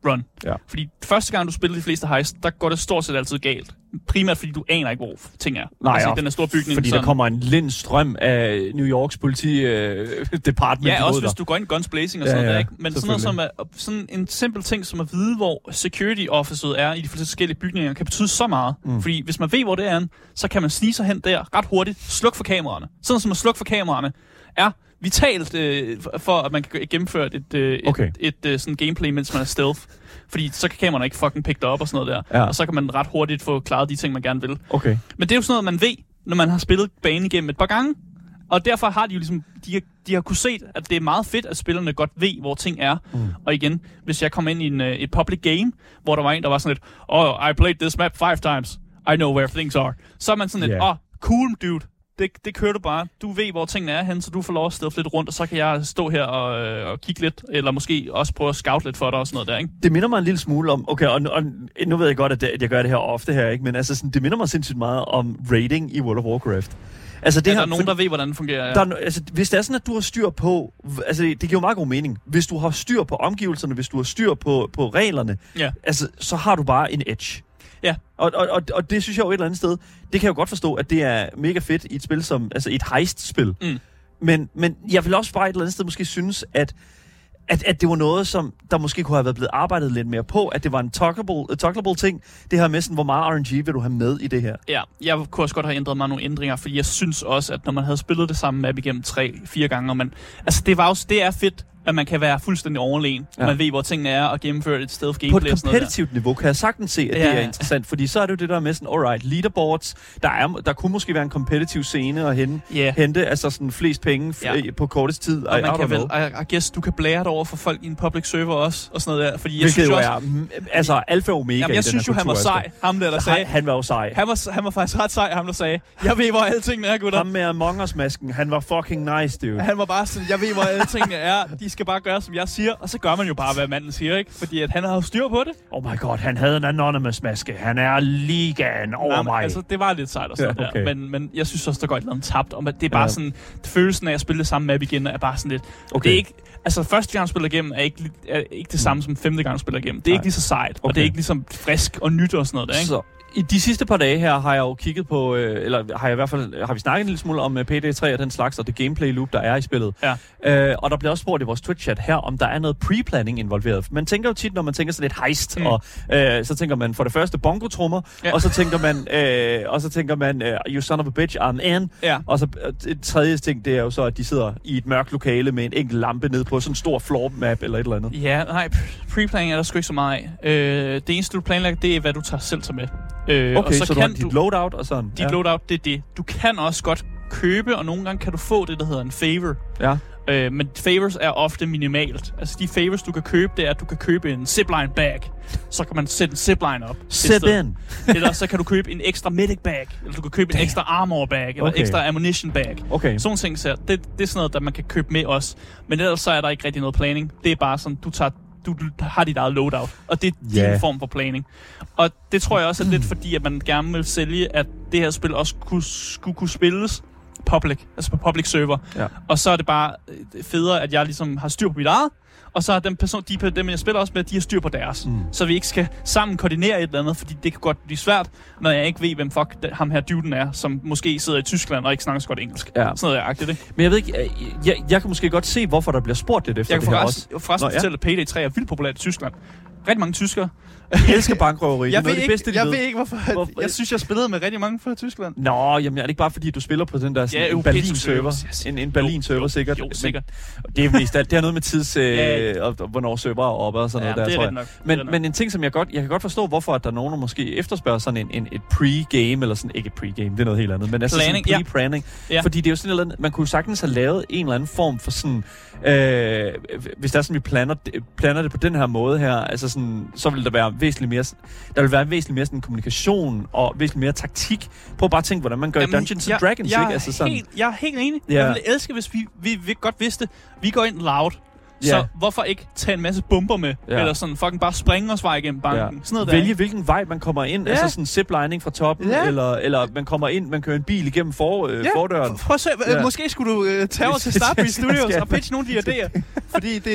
run. Ja. Fordi første gang, du spiller de fleste heist, der går det stort set altid galt. Primært fordi du aner ikke, hvor ting er. Nej, altså, ja, den er stor bygning. Fordi sådan. der kommer en lind strøm af New Yorks politi-department. Ja, også hvis du går ind i guns blazing og ja, sådan noget. ja, Ikke? Men sådan noget som er, sådan en simpel ting som at vide, hvor security officet er i de forskellige bygninger, kan betyde så meget. Mm. Fordi hvis man ved, hvor det er, så kan man snige sig hen der ret hurtigt, sluk for kameraerne. Sådan som at slukke for kameraerne er vitalt øh, for, at man kan gennemføre et, øh, okay. et, et, et sådan gameplay, mens man er stealth. Fordi så kan kameraerne ikke fucking pick dig op og sådan noget der. Ja. Og så kan man ret hurtigt få klaret de ting, man gerne vil. Okay. Men det er jo sådan noget, man ved, når man har spillet banen igennem et par gange. Og derfor har de jo ligesom, de har, de har kunne se, at det er meget fedt, at spillerne godt ved, hvor ting er. Mm. Og igen, hvis jeg kom ind i en, uh, et public game, hvor der var en, der var sådan lidt, oh, I played this map five times. I know where things are. Så er man sådan lidt, åh, yeah. oh, cool dude. Det, det kører du bare. Du ved, hvor tingene er hen, så du får lov at stealth lidt rundt, og så kan jeg stå her og, øh, og kigge lidt, eller måske også prøve at scout lidt for dig og sådan noget der, ikke? Det minder mig en lille smule om, okay, og, og nu ved jeg godt, at, det, at jeg gør det her ofte her, ikke? Men altså, sådan, det minder mig sindssygt meget om raiding i World of Warcraft. Altså, det er her, der nogen, der ved, hvordan det fungerer? Ja. Der, altså, hvis det er sådan, at du har styr på... Altså, det giver jo meget god mening. Hvis du har styr på omgivelserne, hvis du har styr på, på reglerne, ja. altså, så har du bare en edge. Ja. Og, og, og, og det synes jeg jo et eller andet sted, det kan jeg jo godt forstå, at det er mega fedt i et spil som, altså et heist-spil. Mm. Men, men jeg vil også bare et eller andet sted måske synes, at, at, at det var noget, som der måske kunne have været blevet arbejdet lidt mere på, at det var en talkable, talkable ting, det her med sådan, hvor meget R N G vil du have med i det her? Ja, jeg kunne også godt have ændret mig nogle ændringer, fordi jeg synes også, at når man havde spillet det samme map igennem tre, fire gange, og man, altså det var også, det er fedt, at man kan være fuldstændig overlegen. Ja. Man ved, hvor tingene er, og gennemføre et stealth gameplay. På et kompetitivt niveau kan jeg sagtens se, at ja. det er interessant, fordi så er det jo det der med sådan, alright, leaderboards, der, er, der kunne måske være en kompetitiv scene at hente, yeah. hente altså sådan flest penge f- ja. på kortest tid. Og I, man kan vel, I, I guess, du kan blære det over for folk i en public server også, og sådan noget der. Fordi jeg Hvilket synes jo også, er, m- altså alfa og omega. Jamen, jeg synes jo, han var sej, ham der, der sagde. Han var jo sej. Han var, han var faktisk ret sej, ham der sagde, jeg ved, hvor alle tingene er, gutter. Ham med Among Us-masken, han var fucking nice, dude. Han var bare sådan, jeg ved, hvor alle tingene er, de skal bare gøre, som jeg siger, og så gør man jo bare, hvad manden siger, ikke? Fordi at han har jo styr på det. Oh my god, han havde en anonymous-maske. Han er ligaen over Nej, mig. Altså, det var lidt sejt og sådan ja, okay. der. Men, men jeg synes også, der går et eller andet tabt. Og det er bare ja. sådan, følelsen af at spille det samme map igen, er bare sådan lidt... Okay. Det er ikke... Altså, første gang, du spiller igennem, er ikke, er ikke det samme som femte gang, du spiller igennem. Det er Nej. ikke lige så sejt, okay. og det er ikke ligesom frisk og nyt og sådan noget der, ikke? Så. I de sidste par dage her har jeg jo kigget på, øh, eller har jeg i hvert fald har vi snakket en lille smule om uh, P D tre og den slags, og det gameplay loop, der er i spillet. Ja. Øh, og der bliver også spurgt i vores Twitch-chat her, om der er noget pre-planning involveret. Man tænker jo tit, når man tænker sådan et heist, mm. og øh, så tænker man for det første bongotrummer, ja. og så tænker man, øh, og så tænker man, uh, you son of a bitch, I'm in. Ja. Og så uh, et tredje ting, det er jo så, at de sidder i et mørkt lokale med en enkelt lampe nede på sådan en stor floor map eller et eller andet. Ja, nej, pre-planning er der sgu ikke så meget af. Øh, det eneste, du planlægger, det er, hvad du tager selv til med. Øh, okay, og så, så kan du har dit loadout og sådan? Dit ja. loadout, det er det. Du kan også godt købe, og nogle gange kan du få det, der hedder en favor. Ja. Øh, men favors er ofte minimalt. Altså de favors, du kan købe, det er, at du kan købe en zipline bag. Så kan man sætte en zipline op. Zip in. Eller så kan du købe en ekstra medic bag. Eller du kan købe Damn. en ekstra armor bag. Eller okay. ekstra ammunition bag. Okay. Sådan ting så det, det er sådan noget, der man kan købe med også. Men ellers så er der ikke rigtig noget planning. Det er bare sådan, du tager Du, du har dit eget loadout, og det er din yeah. form for planning. Og det tror jeg også er lidt fordi, at man gerne vil sælge, at det her spil også kunne, skulle kunne spilles public, altså på public server. Ja. Og så er det bare federe, at jeg ligesom har styr på mit eget, og så er den person, de, dem jeg spiller også med, de har styr på deres. Mm. Så vi ikke skal sammen koordinere et eller andet, fordi det kan godt blive svært, når jeg ikke ved, hvem fuck ham her duden er, som måske sidder i Tyskland og ikke snakker så godt engelsk. Ja. Sådan noget er agtigt, ikke? Men jeg ved ikke, jeg, jeg, jeg kan måske godt se, hvorfor der bliver spurgt lidt efter jeg det her også. Jeg kan forresten ja. fortælle, at P D tre er vildt populært i Tyskland. Rigtig mange tyskere. Jeg elsker bankrøveri. Jeg, ved det ikke, bedste, jeg ved. ved ikke, hvorfor. hvorfor. Jeg synes, jeg spillede med rigtig mange fra Tyskland. Nå, jamen er det ikke bare fordi, du spiller på den der sådan, ja, en Berlin-server? En, en Berlin-server, sikkert. Jo, sikkert. Men, det er mest, det har noget med tids, øh, ja, og, og hvornår server er oppe og sådan ja, noget der, tror jeg. Nok. Men, men en ting, som jeg godt, jeg kan godt forstå, hvorfor at der er nogen, der måske efterspørger sådan en, en et pre-game, eller sådan, ikke et pre-game, det er noget helt andet, men altså planning, sådan en pre-planning. Ja. Fordi det er jo sådan noget, man kunne sagtens have lavet en eller anden form for sådan, øh, hvis der er sådan, vi planer, planer det på den her måde her, altså sådan, så vil der være væsentligt mere, der vil være væsentligt mere sådan kommunikation og væsentligt mere taktik. Prøv bare at tænke, hvordan man gør Jamen, Dungeons and Dragons, jeg, ikke? Altså sådan. Helt, jeg er helt enig. Yeah. Jeg ville elske, hvis vi, vi, vi godt vidste, vi går ind loud. Så yeah. hvorfor ikke tage en masse bomber med? Yeah. Eller sådan fucking bare springe os vej igennem banken. Yeah. Sådan noget Vælge der, hvilken vej man kommer ind. Yeah. Altså sådan ziplining fra toppen. Yeah. Eller, eller man kommer ind, man kører en bil igennem for, øh, yeah. fordøren. Prøv at se. Yeah. Måske skulle du øh, tage over til Starbreeze Studios og pitche nogle af de idéer. Fordi det, det,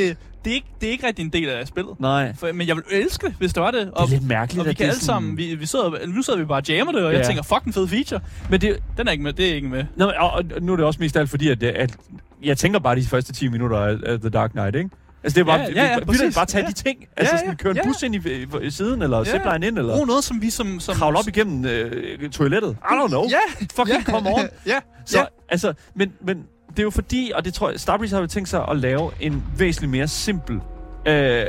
det, er ikke, det er ikke rigtig en del af spillet. Nej. For, men jeg vil elske det, hvis det var det. Og, det er lidt mærkeligt, og vi at kan det alle sådan... sammen, vi, vi sidder, nu sidder vi bare og jammer det, og ja. jeg tænker, fuck en fed feature. Men det, den er ikke med, det er ikke med. Nå, og, og nu er det også mest alt fordi, at, at jeg tænker bare de første ti minutter af, af The Dark Knight, ikke? Altså det er bare, ja, ja, ja, vi vil bare tage ja. de ting. Altså ja, ja, sådan køre en ja. bus ind i, i siden, eller ja. zipline ind, eller... Brug noget, som vi som... som kravle op igennem øh, toilettet. I don't know. Ja. Fucking ja. come on. ja. Så, ja. altså, men, men det er jo fordi, og det tror jeg, Starbreeze har jo tænkt sig at lave en væsentligt mere simpel øh,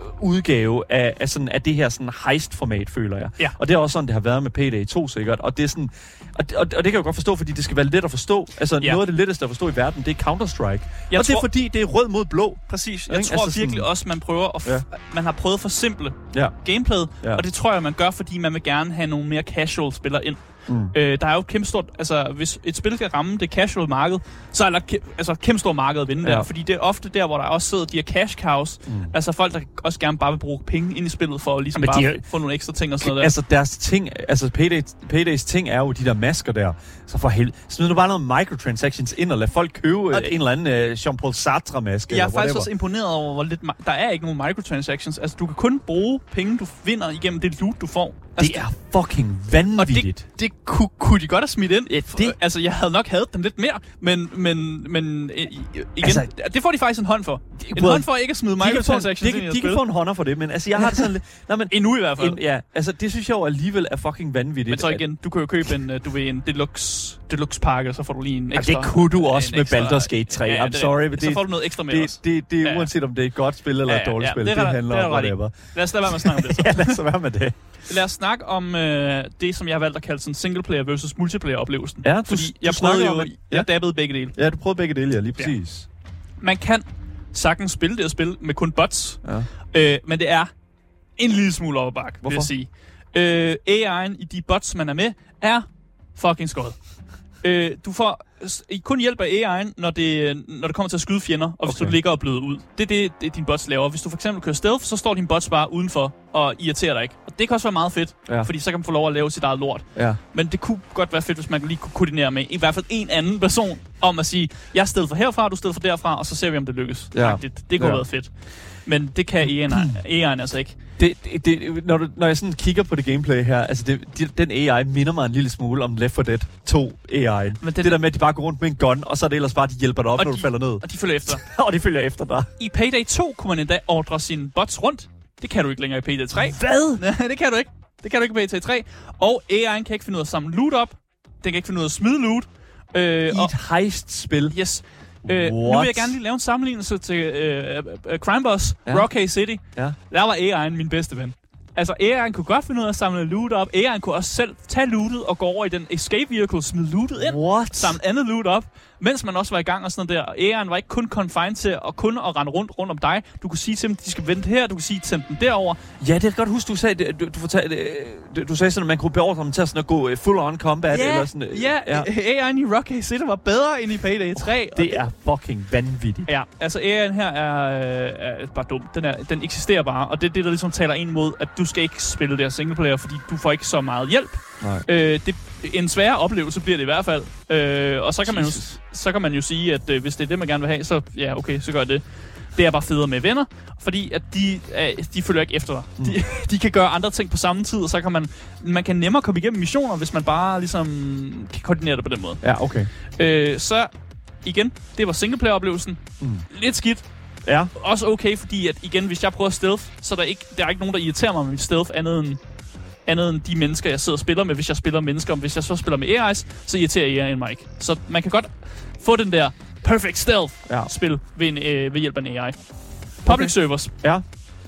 udgave af, af, sådan, af det her sådan heist-format, føler jeg. Ja. Og det er også sådan, det har været med Payday to sikkert. Og det er sådan, og, og, og det kan jeg jo godt forstå, fordi det skal være let at forstå. Altså ja. noget af det letteste at forstå i verden, det er Counter-Strike. Jeg og tror, det er fordi, det er rød mod blå. Præcis. Jeg ikke? tror altså virkelig sådan, også, man prøver at f- ja. man har prøvet for simple ja. gameplayet, ja. og det tror jeg, man gør, fordi man vil gerne have nogle mere casual spillere ind. Mm. Øh, der er jo et kæmpe stort, altså hvis et spil kan ramme det casual marked, så er der et kæ- altså, kæmpe stort marked at vinde ja. der, fordi det er ofte der, hvor der også sidder de her cash cows, mm. altså folk, der også gerne bare vil bruge penge ind i spillet for at ligesom bare de, få nogle ekstra ting og sådan noget der. Altså deres ting, altså Payday, Paydays ting er jo de der masker der, så for helvede, smid nu bare noget microtransactions ind og lad folk købe det, en eller anden uh, Jean-Paul Sartre-maske. Jeg er faktisk også imponeret over, hvor lidt, der er ikke nogen microtransactions, altså du kan kun bruge penge, du vinder igennem det loot, du får. Altså, det er fucking vanvittigt. Og det, det kunne, kunne de godt have smidt ind. Ja, det... Altså, jeg havde nok hadet dem lidt mere, men, men, men igen, altså, det får de faktisk en hånd for. En well, hånd for ikke at smide microtransactions ind i de, de kan få en hånder for det, men altså, jeg har det sådan lidt... Nej, men, endnu i hvert fald. En, ja, altså, det synes jeg jo alligevel er fucking vanvittigt. Men så igen, du kan jo købe en, du ved, en deluxe, deluxe pakke, så får du lige en ekstra... Ja, det kunne du også med ekstra, Baldur's Gate tre. Ja, I'm sorry, men det... Så får du noget ekstra med det, også. Det, det, det er ja. uanset om det er et godt spil eller ja, et dårligt ja, spil. Det, det, det handler det om whatever. Lad os lade være med at snakke om det så. Ja, lad os være med det. Lad os snakke om øh, det, som jeg har valgt at kalde sådan singleplayer versus multiplayer-oplevelsen. Ja, du, fordi du jeg prøvede jo, om jeg ja. dabbede begge dele. Ja, du prøvede begge dele, ja, lige præcis. Ja. Man kan sagtens spille det at spille med kun bots, ja. øh, men det er en lille smule overbak, vil jeg sige. Øh, A I'en i de bots, man er med, er fucking skød. Øh, du får kun hjælp af A I'en, når det, når det kommer til at skyde fjender, og hvis okay. du ligger og bløder ud. Det er det, det, din bots laver. Hvis du for eksempel kører stealth, så står din bots bare udenfor og irriterer dig ikke. Og det kan også være meget fedt, ja. fordi så kan man få lov at lave sit eget lort. Ja. Men det kunne godt være fedt, hvis man lige kunne koordinere med i hvert fald en anden person om at sige, jeg er stedet for herfra, du er stedet for derfra, og så ser vi, om det lykkes. Ja. Det, det kunne ja. være fedt. Men det kan A I'en altså ikke. Det, det, det, når, du, når jeg sådan kigger på det gameplay her, altså det, de, den A I minder mig en lille smule om Left four Dead to A I'en. Men det, det der med, at de bare går rundt med en gun, og så er det ellers bare, at de hjælper dig op, når de, du falder ned. Og de følger efter. og de følger efter dig. I Payday to kunne man endda ordre sine bots rundt. Det kan du ikke længere i Payday tre. Hvad? Nej, det kan du ikke. Det kan du ikke i Payday tre. Og A I'en kan ikke finde ud af at samle loot op. Den kan ikke finde ud af at smide loot. Øh, I og, et heist-spil? Yes. Øh, nu vil jeg gerne lige lave en sammenlignelse til øh, uh, Crime Boss, ja. Rockay City. Ja. Der var A I'en min bedste ven. Altså, A I'en kunne godt finde ud af at samle loot op. A I'en kunne også selv tage lootet og gå over i den escape vehicle, smide lootet ind, What? samle andet loot op, mens man også var i gang og sådan noget der. A I'en var ikke kun confined til at kun at rende rundt rundt om dig. Du kunne sige til dem, de skal vente her, du kunne sige til dem derover. Ja, det er godt huske, du sagde, du, du, fortalte, du, du sagde sådan, at man kunne beordre dem til at, sådan at gå full on combat. Ja, eller sådan, ja, ja. A I'en i Rockay City var bedre end i Payday tre. Det, det er fucking vanvittigt. Ja, altså A I'en her er, er bare dum. Den, er, den eksisterer bare, og det er det, der ligesom taler ind mod, at du skal ikke spille det her singleplayer, fordi du får ikke så meget hjælp. Nej. Øh, det, en svær oplevelse bliver det i hvert fald. Øh, og så kan, man jo, så kan man jo sige, at øh, hvis det er det, man gerne vil have, så ja, okay, så gør det. Det er bare federe med venner, fordi at de, øh, de følger ikke efter dig. Mm. De, de kan gøre andre ting på samme tid, og så kan man, man kan nemmere komme igennem missioner, hvis man bare ligesom kan koordinere det på den måde. Ja, okay. Øh, så igen, det var singleplayer-oplevelsen. Mm. Lidt skidt. Ja. Også okay, fordi at igen, hvis jeg prøver stealth, så er der ikke, der er ikke nogen, der irriterer mig med mit stealth, andet end, andet end de mennesker, jeg sidder og spiller med, hvis jeg spiller mennesker. Hvis jeg så spiller med A I's, så irriterer jeg en mig ikke. Så man kan godt få den der perfect stealth-spil ja. ved, en, øh, ved hjælp af en A I. Public okay. servers. Ja.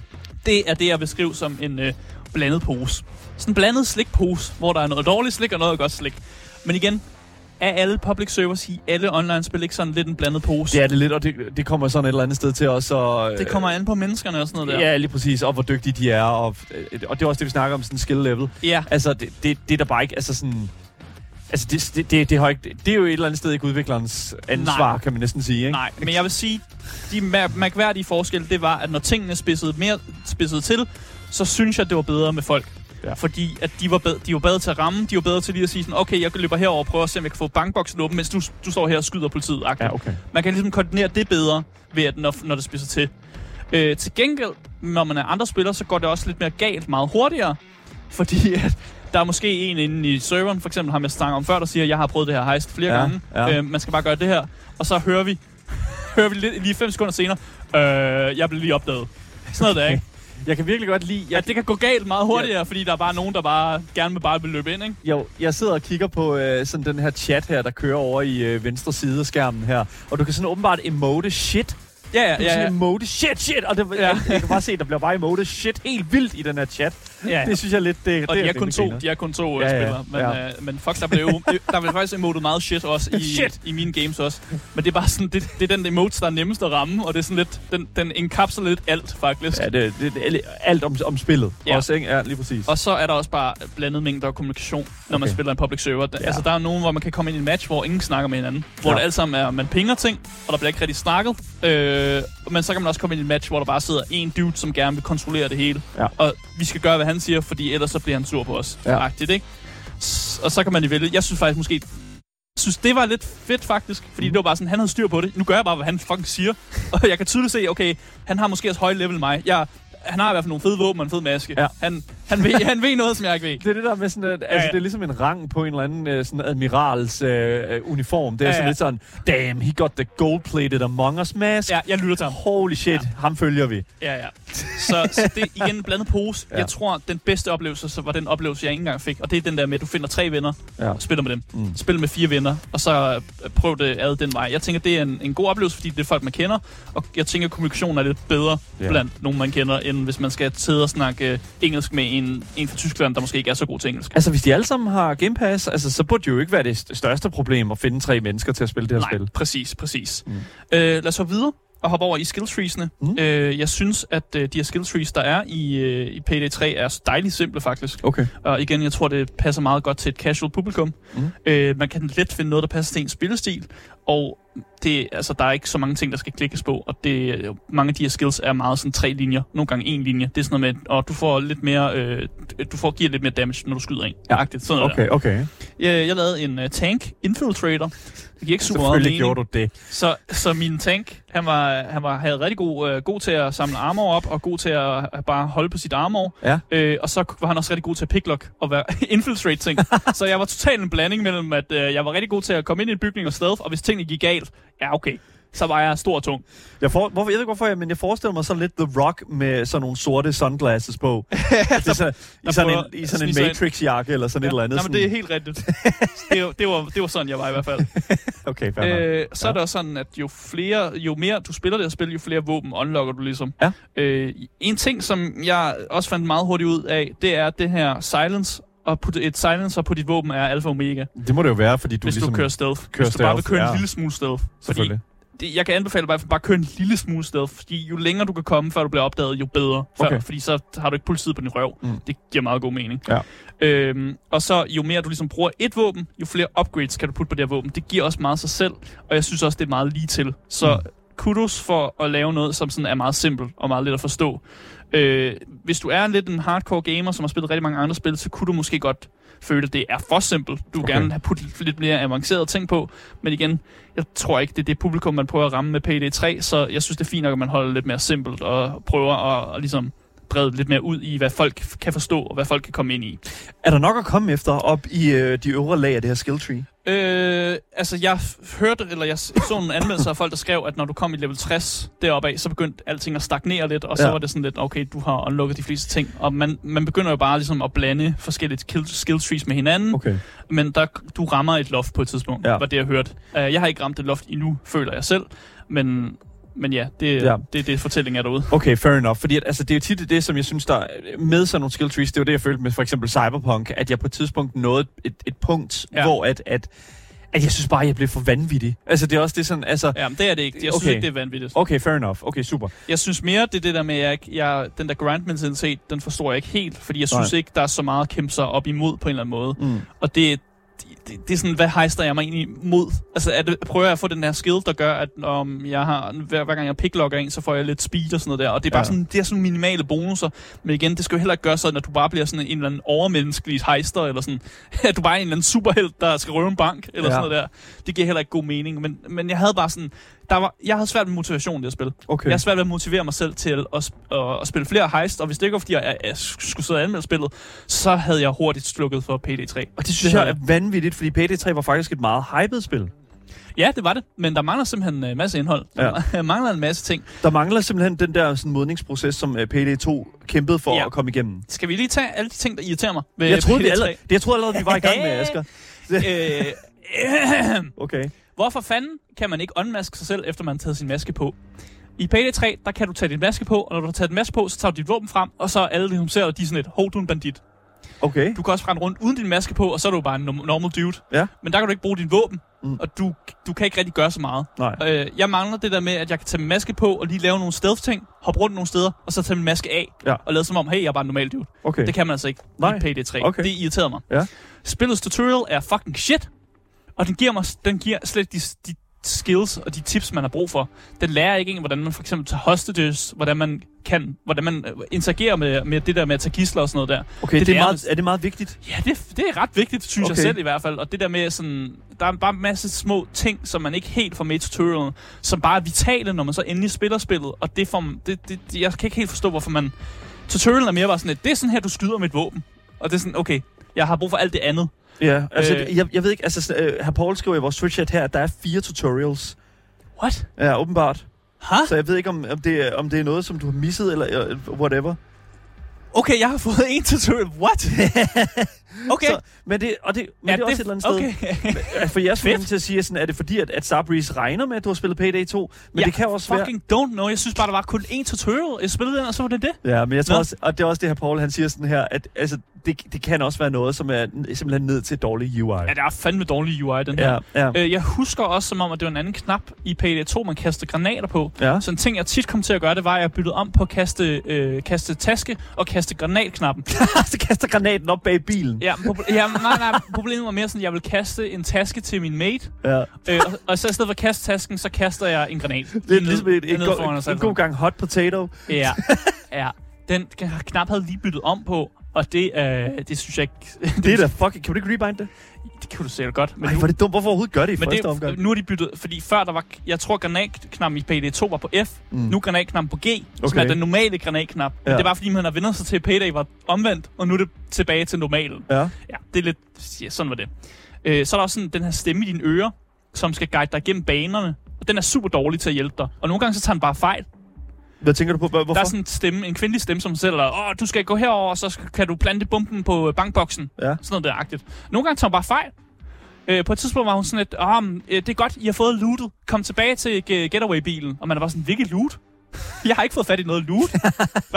Det er det, jeg beskriver som en øh, blandet pose. Sådan en blandet slikpose, hvor der er noget dårligt slik og noget godt slik. Men igen, er alle public servers i alle online-spil ikke sådan lidt en blandet pose? Det er det lidt, og det, det kommer sådan et eller andet sted til også. Og, det kommer an på menneskerne og sådan noget der. Ja, lige præcis, og hvor dygtige de er, og, og det er også det, vi snakker om, sådan en skill-level. Ja. Altså, det, det, det er der bare ikke, altså sådan... Altså, det, det, det, det, har ikke, det er jo et eller andet sted ikke udviklerens ansvar, Nej. kan man næsten sige, ikke? Nej, men jeg vil sige, de mærkværdige forskelle, det var, at når tingene spidsede mere spidsede til, så synes jeg, det var bedre med folk. Ja. Fordi at de var, bedre, de var bedre til at ramme, de var bedre til lige at sige sådan, okay, jeg løber herover og prøver at se, om jeg kan få bankboksen åben, mens du, du står her og skyder politiet. Ja, okay. Man kan ligesom koordinere det bedre, ved at når, når det spidser til. Øh, til gengæld, når man er andre spillere, så går det også lidt mere galt meget hurtigere. Fordi at der er måske en inde i serveren, for eksempel ham jeg snakker om før, der siger, at jeg har prøvet det her heist flere ja, gange. Ja. Øh, man skal bare gøre det her. Og så hører vi, hører vi lige, lige fem sekunder senere, øh, jeg blev lige opdaget. Sådan noget der, ikke? Jeg kan virkelig godt lide... Jeg... Ja, det kan gå galt meget hurtigere, ja. Fordi der er bare nogen, der bare gerne vil bare løbe ind, ikke? Jo, jeg sidder og kigger på øh, sådan den her chat her, der kører over i øh, venstre side af skærmen her. Og du kan sådan åbenbart emote shit. Ja, ja, du kan ja. sådan ja. emote shit, shit. Og det, ja. jeg, jeg kan bare se, der bliver bare emote shit helt vildt i den her chat. Ja. Det synes jeg lidt... Det, og det de er er kun to, de er kun to ja, ja, spillere. Men, ja. øh, men fuck, der blev, der blev faktisk emotet meget shit også i, shit. i mine games også. Men det er bare sådan, det, det er den emotes, der er nemmest at ramme. Og det er sådan lidt, den, den enkapsler lidt alt, faktisk. Ja, det, det, det er alt om, om spillet. Ja. Også, ikke? Ja, lige præcis. Og så er der også bare blandet mængder af kommunikation, når okay. man spiller en public server. Ja. Altså, der er nogen, hvor man kan komme ind i en match, hvor ingen snakker med hinanden. Hvor ja. det alt sammen er, man pinger ting, og der bliver ikke rigtig snakket. Øh, men så kan man også komme ind i en match, hvor der bare sidder en dude, som gerne vil kontrollere det hele. Ja. Og vi skal gøre, hvad han siger, fordi ellers så bliver han sur på os. Ja. Agtigt, ikke? Og så kan man jo vælge. Jeg synes faktisk måske... Jeg synes, det var lidt fedt faktisk, fordi mm. det var bare sådan, han havde styr på det. Nu gør jeg bare, hvad han fucking siger. Og jeg kan tydeligt se, okay, han har måske også højere level end mig. Jeg... Han har i hvert fald nogle fede våben og en fed maske. Ja. Han, han, ved, han ved noget, som jeg ikke ved. Det er det der med sådan, at, altså, ja, ja. det er ligesom en rang på en eller anden sådan admirals øh, uniform. Det er ja, sådan ja. lidt sådan, damn, he got the gold-plated Among Us mask. Ja, jeg lytter til ham. Holy shit, ja. ham følger vi. Ja, ja. Så, så det er igen en blandet pose. Ja. Jeg tror, den bedste oplevelse, så var den oplevelse, jeg ikke engang fik. Og det er den der med, at du finder tre venner, ja. og spiller med dem. Mm. Spil med fire venner, og så prøv det ad den vej. Jeg tænker, det er en, en god oplevelse, fordi det er folk, man kender. Og jeg tænker, at kommunikationen er lidt bedre ja. blandt nogen, man kender, end hvis man skal sidde og snakke engelsk med en, en fra Tyskland, der måske ikke er så god til engelsk. Altså, hvis de alle sammen har Game Pass, altså, så burde det jo ikke være det største problem at finde tre mennesker til at spille det her Nej, spil. præcis, præcis. Mm. Øh, lad os hoppe videre og hoppe over i skill trees'ene. Mm. Øh, jeg synes, at øh, de her skill trees, der er i, øh, i Payday tre, er dejligt simple, faktisk. Okay. Og igen, jeg tror, det passer meget godt til et casual publikum. Mm. Øh, man kan let finde noget, der passer til ens spillestil, og det, altså, der er ikke så mange ting, der skal klikkes på, og det, mange af de her skills er meget sådan tre linjer, nogle gange en linje. Det er sådan noget med, og du får lidt mere, øh, du får giver lidt mere damage, når du skyder en. Ja, sådan okay, der. okay. Jeg, jeg lavede en uh, tank infiltrator. Det gik ikke super meget mening. Gjorde du det. Så, så min tank, han var, han var havde rigtig god, øh, god til at samle armor op, og god til at bare holde på sit armor. Ja. Øh, og så var han også rigtig god til at picklock og være infiltrate ting. Så jeg var totalt en blanding mellem, at øh, jeg var rigtig god til at komme ind i en bygning og stealth, og hvis tingene gik galt, ja okay, så var jeg stor og tung. Jeg, for, hvorfor, jeg ved ikke hvorfor, jeg, men jeg forestiller mig sådan lidt The Rock med sådan nogle sorte sunglasses på. I sådan, i sådan en, i sådan en Matrix-jakke eller sådan ja. et eller andet. Nej, men det er helt rigtigt. det, var, det, var, det var sådan, jeg var i hvert fald. Okay, fair øh, Så ja. er det også sådan, at jo flere, jo mere du spiller det her spil, jo flere våben unlocker du ligesom. Ja. Øh, en ting, som jeg også fandt meget hurtigt ud af, det er det her silence. Og putte et silencer på dit våben er alfa og omega. Det må det jo være, fordi du Hvis ligesom... du kører stealth. Kører Hvis du stealth, bare vil køre ja. en lille smule stealth. Selvfølgelig. Det, jeg kan anbefale dig bare at køre en lille smule stealth, fordi jo længere du kan komme, før du bliver opdaget, jo bedre. Før, okay. Fordi så har du ikke politiet på din røv. Mm. Det giver meget god mening. Ja. Øhm, og så jo mere du ligesom bruger et våben, jo flere upgrades kan du putte på det her våben. Det giver også meget sig selv, og jeg synes også, det er meget lige til. Så mm. kudos for at lave noget, som sådan er meget simpelt og meget let at forstå. Øh, hvis du er lidt en hardcore gamer, som har spillet rigtig mange andre spil, så kunne du måske godt føle, at det er for simpelt. Du vil okay. gerne have puttet lidt mere avancerede ting på. Men igen, jeg tror ikke, det er det publikum, man prøver at ramme med Payday tre, så jeg synes, det er fint nok, at man holder lidt mere simpelt og prøver at, at ligesom brede lidt mere ud i, hvad folk kan forstå, og hvad folk kan komme ind i. Er der nok at komme efter op i øh, de øvre lag af det her skill tree? Øh, altså, jeg hørte, eller jeg så nogle anmeldelser af folk, der skrev, at når du kom i level tres deroppe af, så begyndte alting at stagnere lidt, og så ja. var det sådan lidt, okay, du har unlocket de fleste ting. Og man, man begynder jo bare ligesom at blande forskellige skill trees med hinanden, okay. men der, du rammer et loft på et tidspunkt, ja. var det jeg hørte. Uh, jeg har ikke ramt et loft endnu, føler jeg selv, men... Men ja, det, ja. det, det er fortællingen er derude. Okay, fair enough. Fordi at, altså, det er jo tit det, som jeg synes, der med sådan nogle skill trees, det er jo det, jeg følte med for eksempel Cyberpunk, at jeg på et tidspunkt nåede et, et punkt, ja. hvor at, at, at jeg synes bare, at jeg blev for vanvittig. Altså, det er også det sådan, altså... Ja, men det er det ikke. Jeg synes okay. ikke, det er vanvittigt. Okay, fair enough. Okay, super. Jeg synes mere, det er det der med, at jeg, jeg, den der grind-mentalitet, den forstår jeg ikke helt, fordi jeg synes Nej. ikke, der er så meget at kæmpe sig op imod på en eller anden måde. Mm. Og det Det, det er sådan, hvad hejster jeg mig egentlig mod? Altså, er det, prøver jeg at få den her skill, der gør, at om jeg har, hver, hver gang jeg picklocker en, så får jeg lidt speed og sådan noget der. Og det er bare ja. sådan, det er sådan minimale bonusser. Men igen, det skal jo heller ikke gøre sådan, at du bare bliver sådan en eller anden overmenneskelig hejster, eller sådan, at du bare er en eller anden superhelt, der skal røve en bank, eller ja. sådan noget der. Det giver heller ikke god mening. Men, men jeg havde bare sådan, der var, jeg havde svært med motivationen i at spille. Okay. Jeg havde svært ved at motivere mig selv til at, at, at spille flere heist, og hvis det ikke var, fordi jeg, jeg skulle sidde og anmelde spillet, så havde jeg hurtigt slukket for P D tre. Og det synes det jeg er vanvittigt, fordi P D tre var faktisk et meget hyped spil. Ja, det var det, men der mangler simpelthen en masse indhold. Der ja. mangler en masse ting. Der mangler simpelthen den der sådan, modningsproces, som P D to kæmpede for ja. at komme igennem. Skal vi lige tage alle de ting, der irriterer mig ved jeg troede, P D tre? Allerede, det, jeg troede allerede, vi var i gang med, Asger. Okay. Hvorfor fanden kan man ikke unmaske sig selv, efter man har taget sin maske på? I P D tre, der kan du tage din maske på, og når du har taget din maske på, så tager du dit våben frem, og så er alle, de ser dig, de er sådan et, hov, du er en bandit. Okay. Du kan også rende rundt uden din maske på, og så er du bare en normal dude. Ja. Men der kan du ikke bruge din våben, mm. og du, du kan ikke rigtig gøre så meget. Nej. Øh, jeg mangler det der med, at jeg kan tage min maske på, og lige lave nogle stealth-ting, hoppe rundt nogle steder, og så tage min maske af, ja. og lade som om, hey, jeg er bare en normal dude. Okay. Det kan man altså ikke Nej. i P D tre. Okay. Det irriterede mig. Ja. Spillets tutorial er fucking shit, og den giver mig den giver slet de, de skills og de tips, man har brug for. Den lærer ikke en, hvordan man for eksempel tager hostages, hvordan man kan, hvordan man interagerer med, med det der med at tage gidsler og sådan noget der. Okay, det, det er, meget, er det meget vigtigt? Ja, det, det er ret vigtigt, synes okay. jeg selv i hvert fald. Og det der med sådan, der er bare en masse små ting, som man ikke helt får med i tutorialen, som bare er vitale, når man så endelig spiller spillet. Og det får, det, det, jeg kan ikke helt forstå, hvorfor man... Tutorialen er mere bare sådan, at det er sådan her, du skyder med et våben. Og det er sådan, okay, jeg har brug for alt det andet. Ja, altså, øh, jeg, jeg ved ikke, altså, uh, herr Paul skriver i vores Twitch-chat her, at der er fire tutorials. What? Ja, åbenbart. Huh? Så jeg ved ikke, om, om, det, om det er noget, som du har misset, eller uh, whatever. Okay, jeg har fået en tutorial. What? Okay. Så, men det, og det, men ja, det er også det, et eller andet okay. sted. For jeg skulle til at sige, sådan, er det fordi, at, at Starbreeze regner med, at du har spillet P D to? Men jeg det kan også fucking være... don't know. Jeg synes bare, der var kun én tutorial. Jeg spillede den, og så var det det. Ja, men jeg tror Nå. også, og det er også det her, Paul, han siger sådan her, at altså, det, det kan også være noget, som er simpelthen ned til dårlig U I. Ja, det er fandme dårlig U I, den her. Ja, ja. Øh, jeg husker også, som om, at det var en anden knap i P D to, man kastede granater på. Ja. Så en ting, jeg tit kom til at gøre, det var, at jeg byttede om på at kaste, øh, kaste taske og kaste granatknappen. Så kaster granaten op bag bilen. Ja, proble- ja nej, nej, problemet var mere sådan, at jeg ville kaste en taske til min mate. Ja. Øh, og, og så i stedet for at kaste tasken, så kaster jeg en granat. Det er ligesom et, et, go- en god gang hot potato. Ja, ja. Den knap havde lige byttet om på, og det, øh, det synes jeg ikke... det er da fucking... Kan du ikke rebind det? Det kan du sikkert godt. Men Ej, hvor er det dumt. Hvorfor overhovedet gør det i men første det, omgang? Nu er de byttet... Fordi før der var... Jeg tror, granatknappen i P D to var på F. Mm. Nu er granatknappen på G, okay. Som er den normale granatknap. Ja. Men det er bare fordi, man har vendt sig til, at P D var omvendt, og nu er det tilbage til normalen. Ja. Ja, det er lidt... Ja, sådan var det. Øh, så er der også sådan den her stemme i dine ører, som skal guide dig igennem banerne. Og den er super dårlig til at hjælpe dig. Og nogle gange så tager den bare fejl. Hvad tænker du på? Hvorfor? Der er sådan en stemme, en kvindelig stemme, som selv er, åh, du skal gå herover, og så kan du plante bomben på bankboksen. Ja. Sådan noget der-agtigt. Nogle gange tager hun bare fejl. Øh, på et tidspunkt var hun sådan lidt, åh, det er godt, I har fået lootet. Kom tilbage til getaway-bilen. Og man er bare sådan, hvilket loot? Jeg har ikke fået fat i noget loot. Hvad?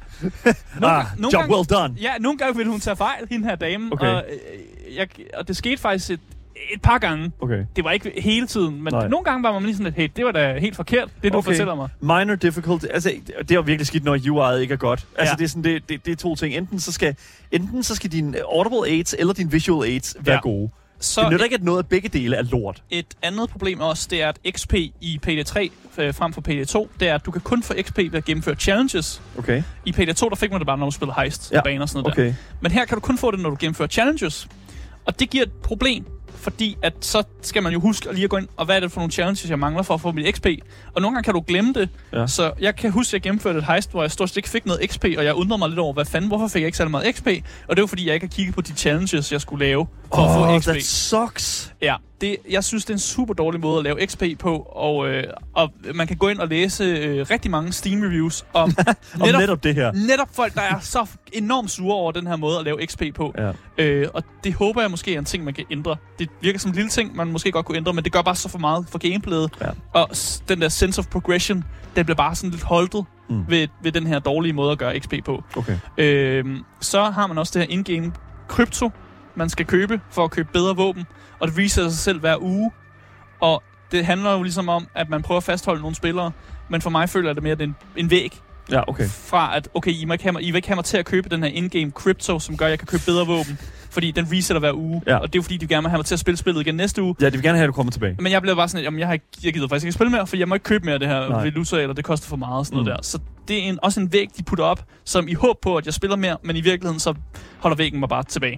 Nogle, ah, nogle job gange, well done. Ja, nogle gange ville hun tage fejl, hende her dame. Okay. Og, øh, jeg, og det skete faktisk et, et par gange. Okay. Det var ikke hele tiden, men Nej. nogle gange var man lige sådan lidt, hey, det var da helt forkert, det du okay. fortæller mig. Minor difficulty. Altså, det er jo virkelig skidt, når U I'et ikke er godt. Altså, ja. det er sådan, det, det, det er to ting. Enten så skal, enten så skal din audible aids eller din visual aids være ja. gode. Så det nytter ikke, at noget af begge dele er lort. Et andet problem også, det er, at X P i P D tre øh, frem for P D to, det er, at du kan kun få X P ved at gennemføre challenges. Okay. I P D to, der fik man det bare, når du spillede heist ja. og baner og sådan noget okay. der. Men her kan du kun få det, når du gennemfører challenges. Og det giver et problem, fordi at så skal man jo huske at lige at gå ind, og hvad er det for nogle challenges, jeg mangler for at få mit X P. Og nogle gange kan du glemme det. Ja. Så jeg kan huske, at jeg gennemførte et heist, hvor jeg stort set ikke fik noget X P, og jeg undrede mig lidt over, hvad fanden, hvorfor fik jeg ikke særlig meget X P? Og det var fordi, jeg ikke har kigget på de challenges, jeg skulle lave for oh, at få X P. That sucks. Ja, det, jeg synes, det er en super dårlig måde at lave X P på, og, øh, og man kan gå ind og læse øh, rigtig mange Steam-reviews om, om netop, netop det her. Netop folk, der er så enormt sure over den her måde at lave X P på. Ja. Øh, og det håber jeg måske er en ting, man kan ændre. Det virker som en lille ting, man måske godt kunne ændre, men det gør bare så for meget for gameplayet. Ja. Og den der sense of progression, den bliver bare sådan lidt holdet mm. ved, ved den her dårlige måde at gøre X P på. Okay. Øh, så har man også det her in-game krypto, man skal købe for at købe bedre våben, og det resetter sig selv hver uge. Og det handler jo ligesom om, at man prøver at fastholde nogle spillere, men for mig føler jeg det mere, at det er en, en væg. Ja, okay. Fra at, okay, I, må ikke have mig, I vil ikke have mig til at købe den her in-game crypto, som gør, at jeg kan købe bedre våben. Fordi den resetter hver uge. Ja. Og det er jo fordi, de gerne vil have mig til at spille spillet igen næste uge. Ja, de vil gerne have, at du kommer tilbage. Men jeg bliver bare sådan, at jamen, jeg, har ikke, jeg gider faktisk ikke spille mere, for jeg må ikke købe mere af det her Nej. Velusa, eller det koster for meget og sådan mm. noget der. Så det er en, også en væg, de putter op, som i håb på, at jeg spiller mere, men i virkeligheden så holder væggen mig bare tilbage.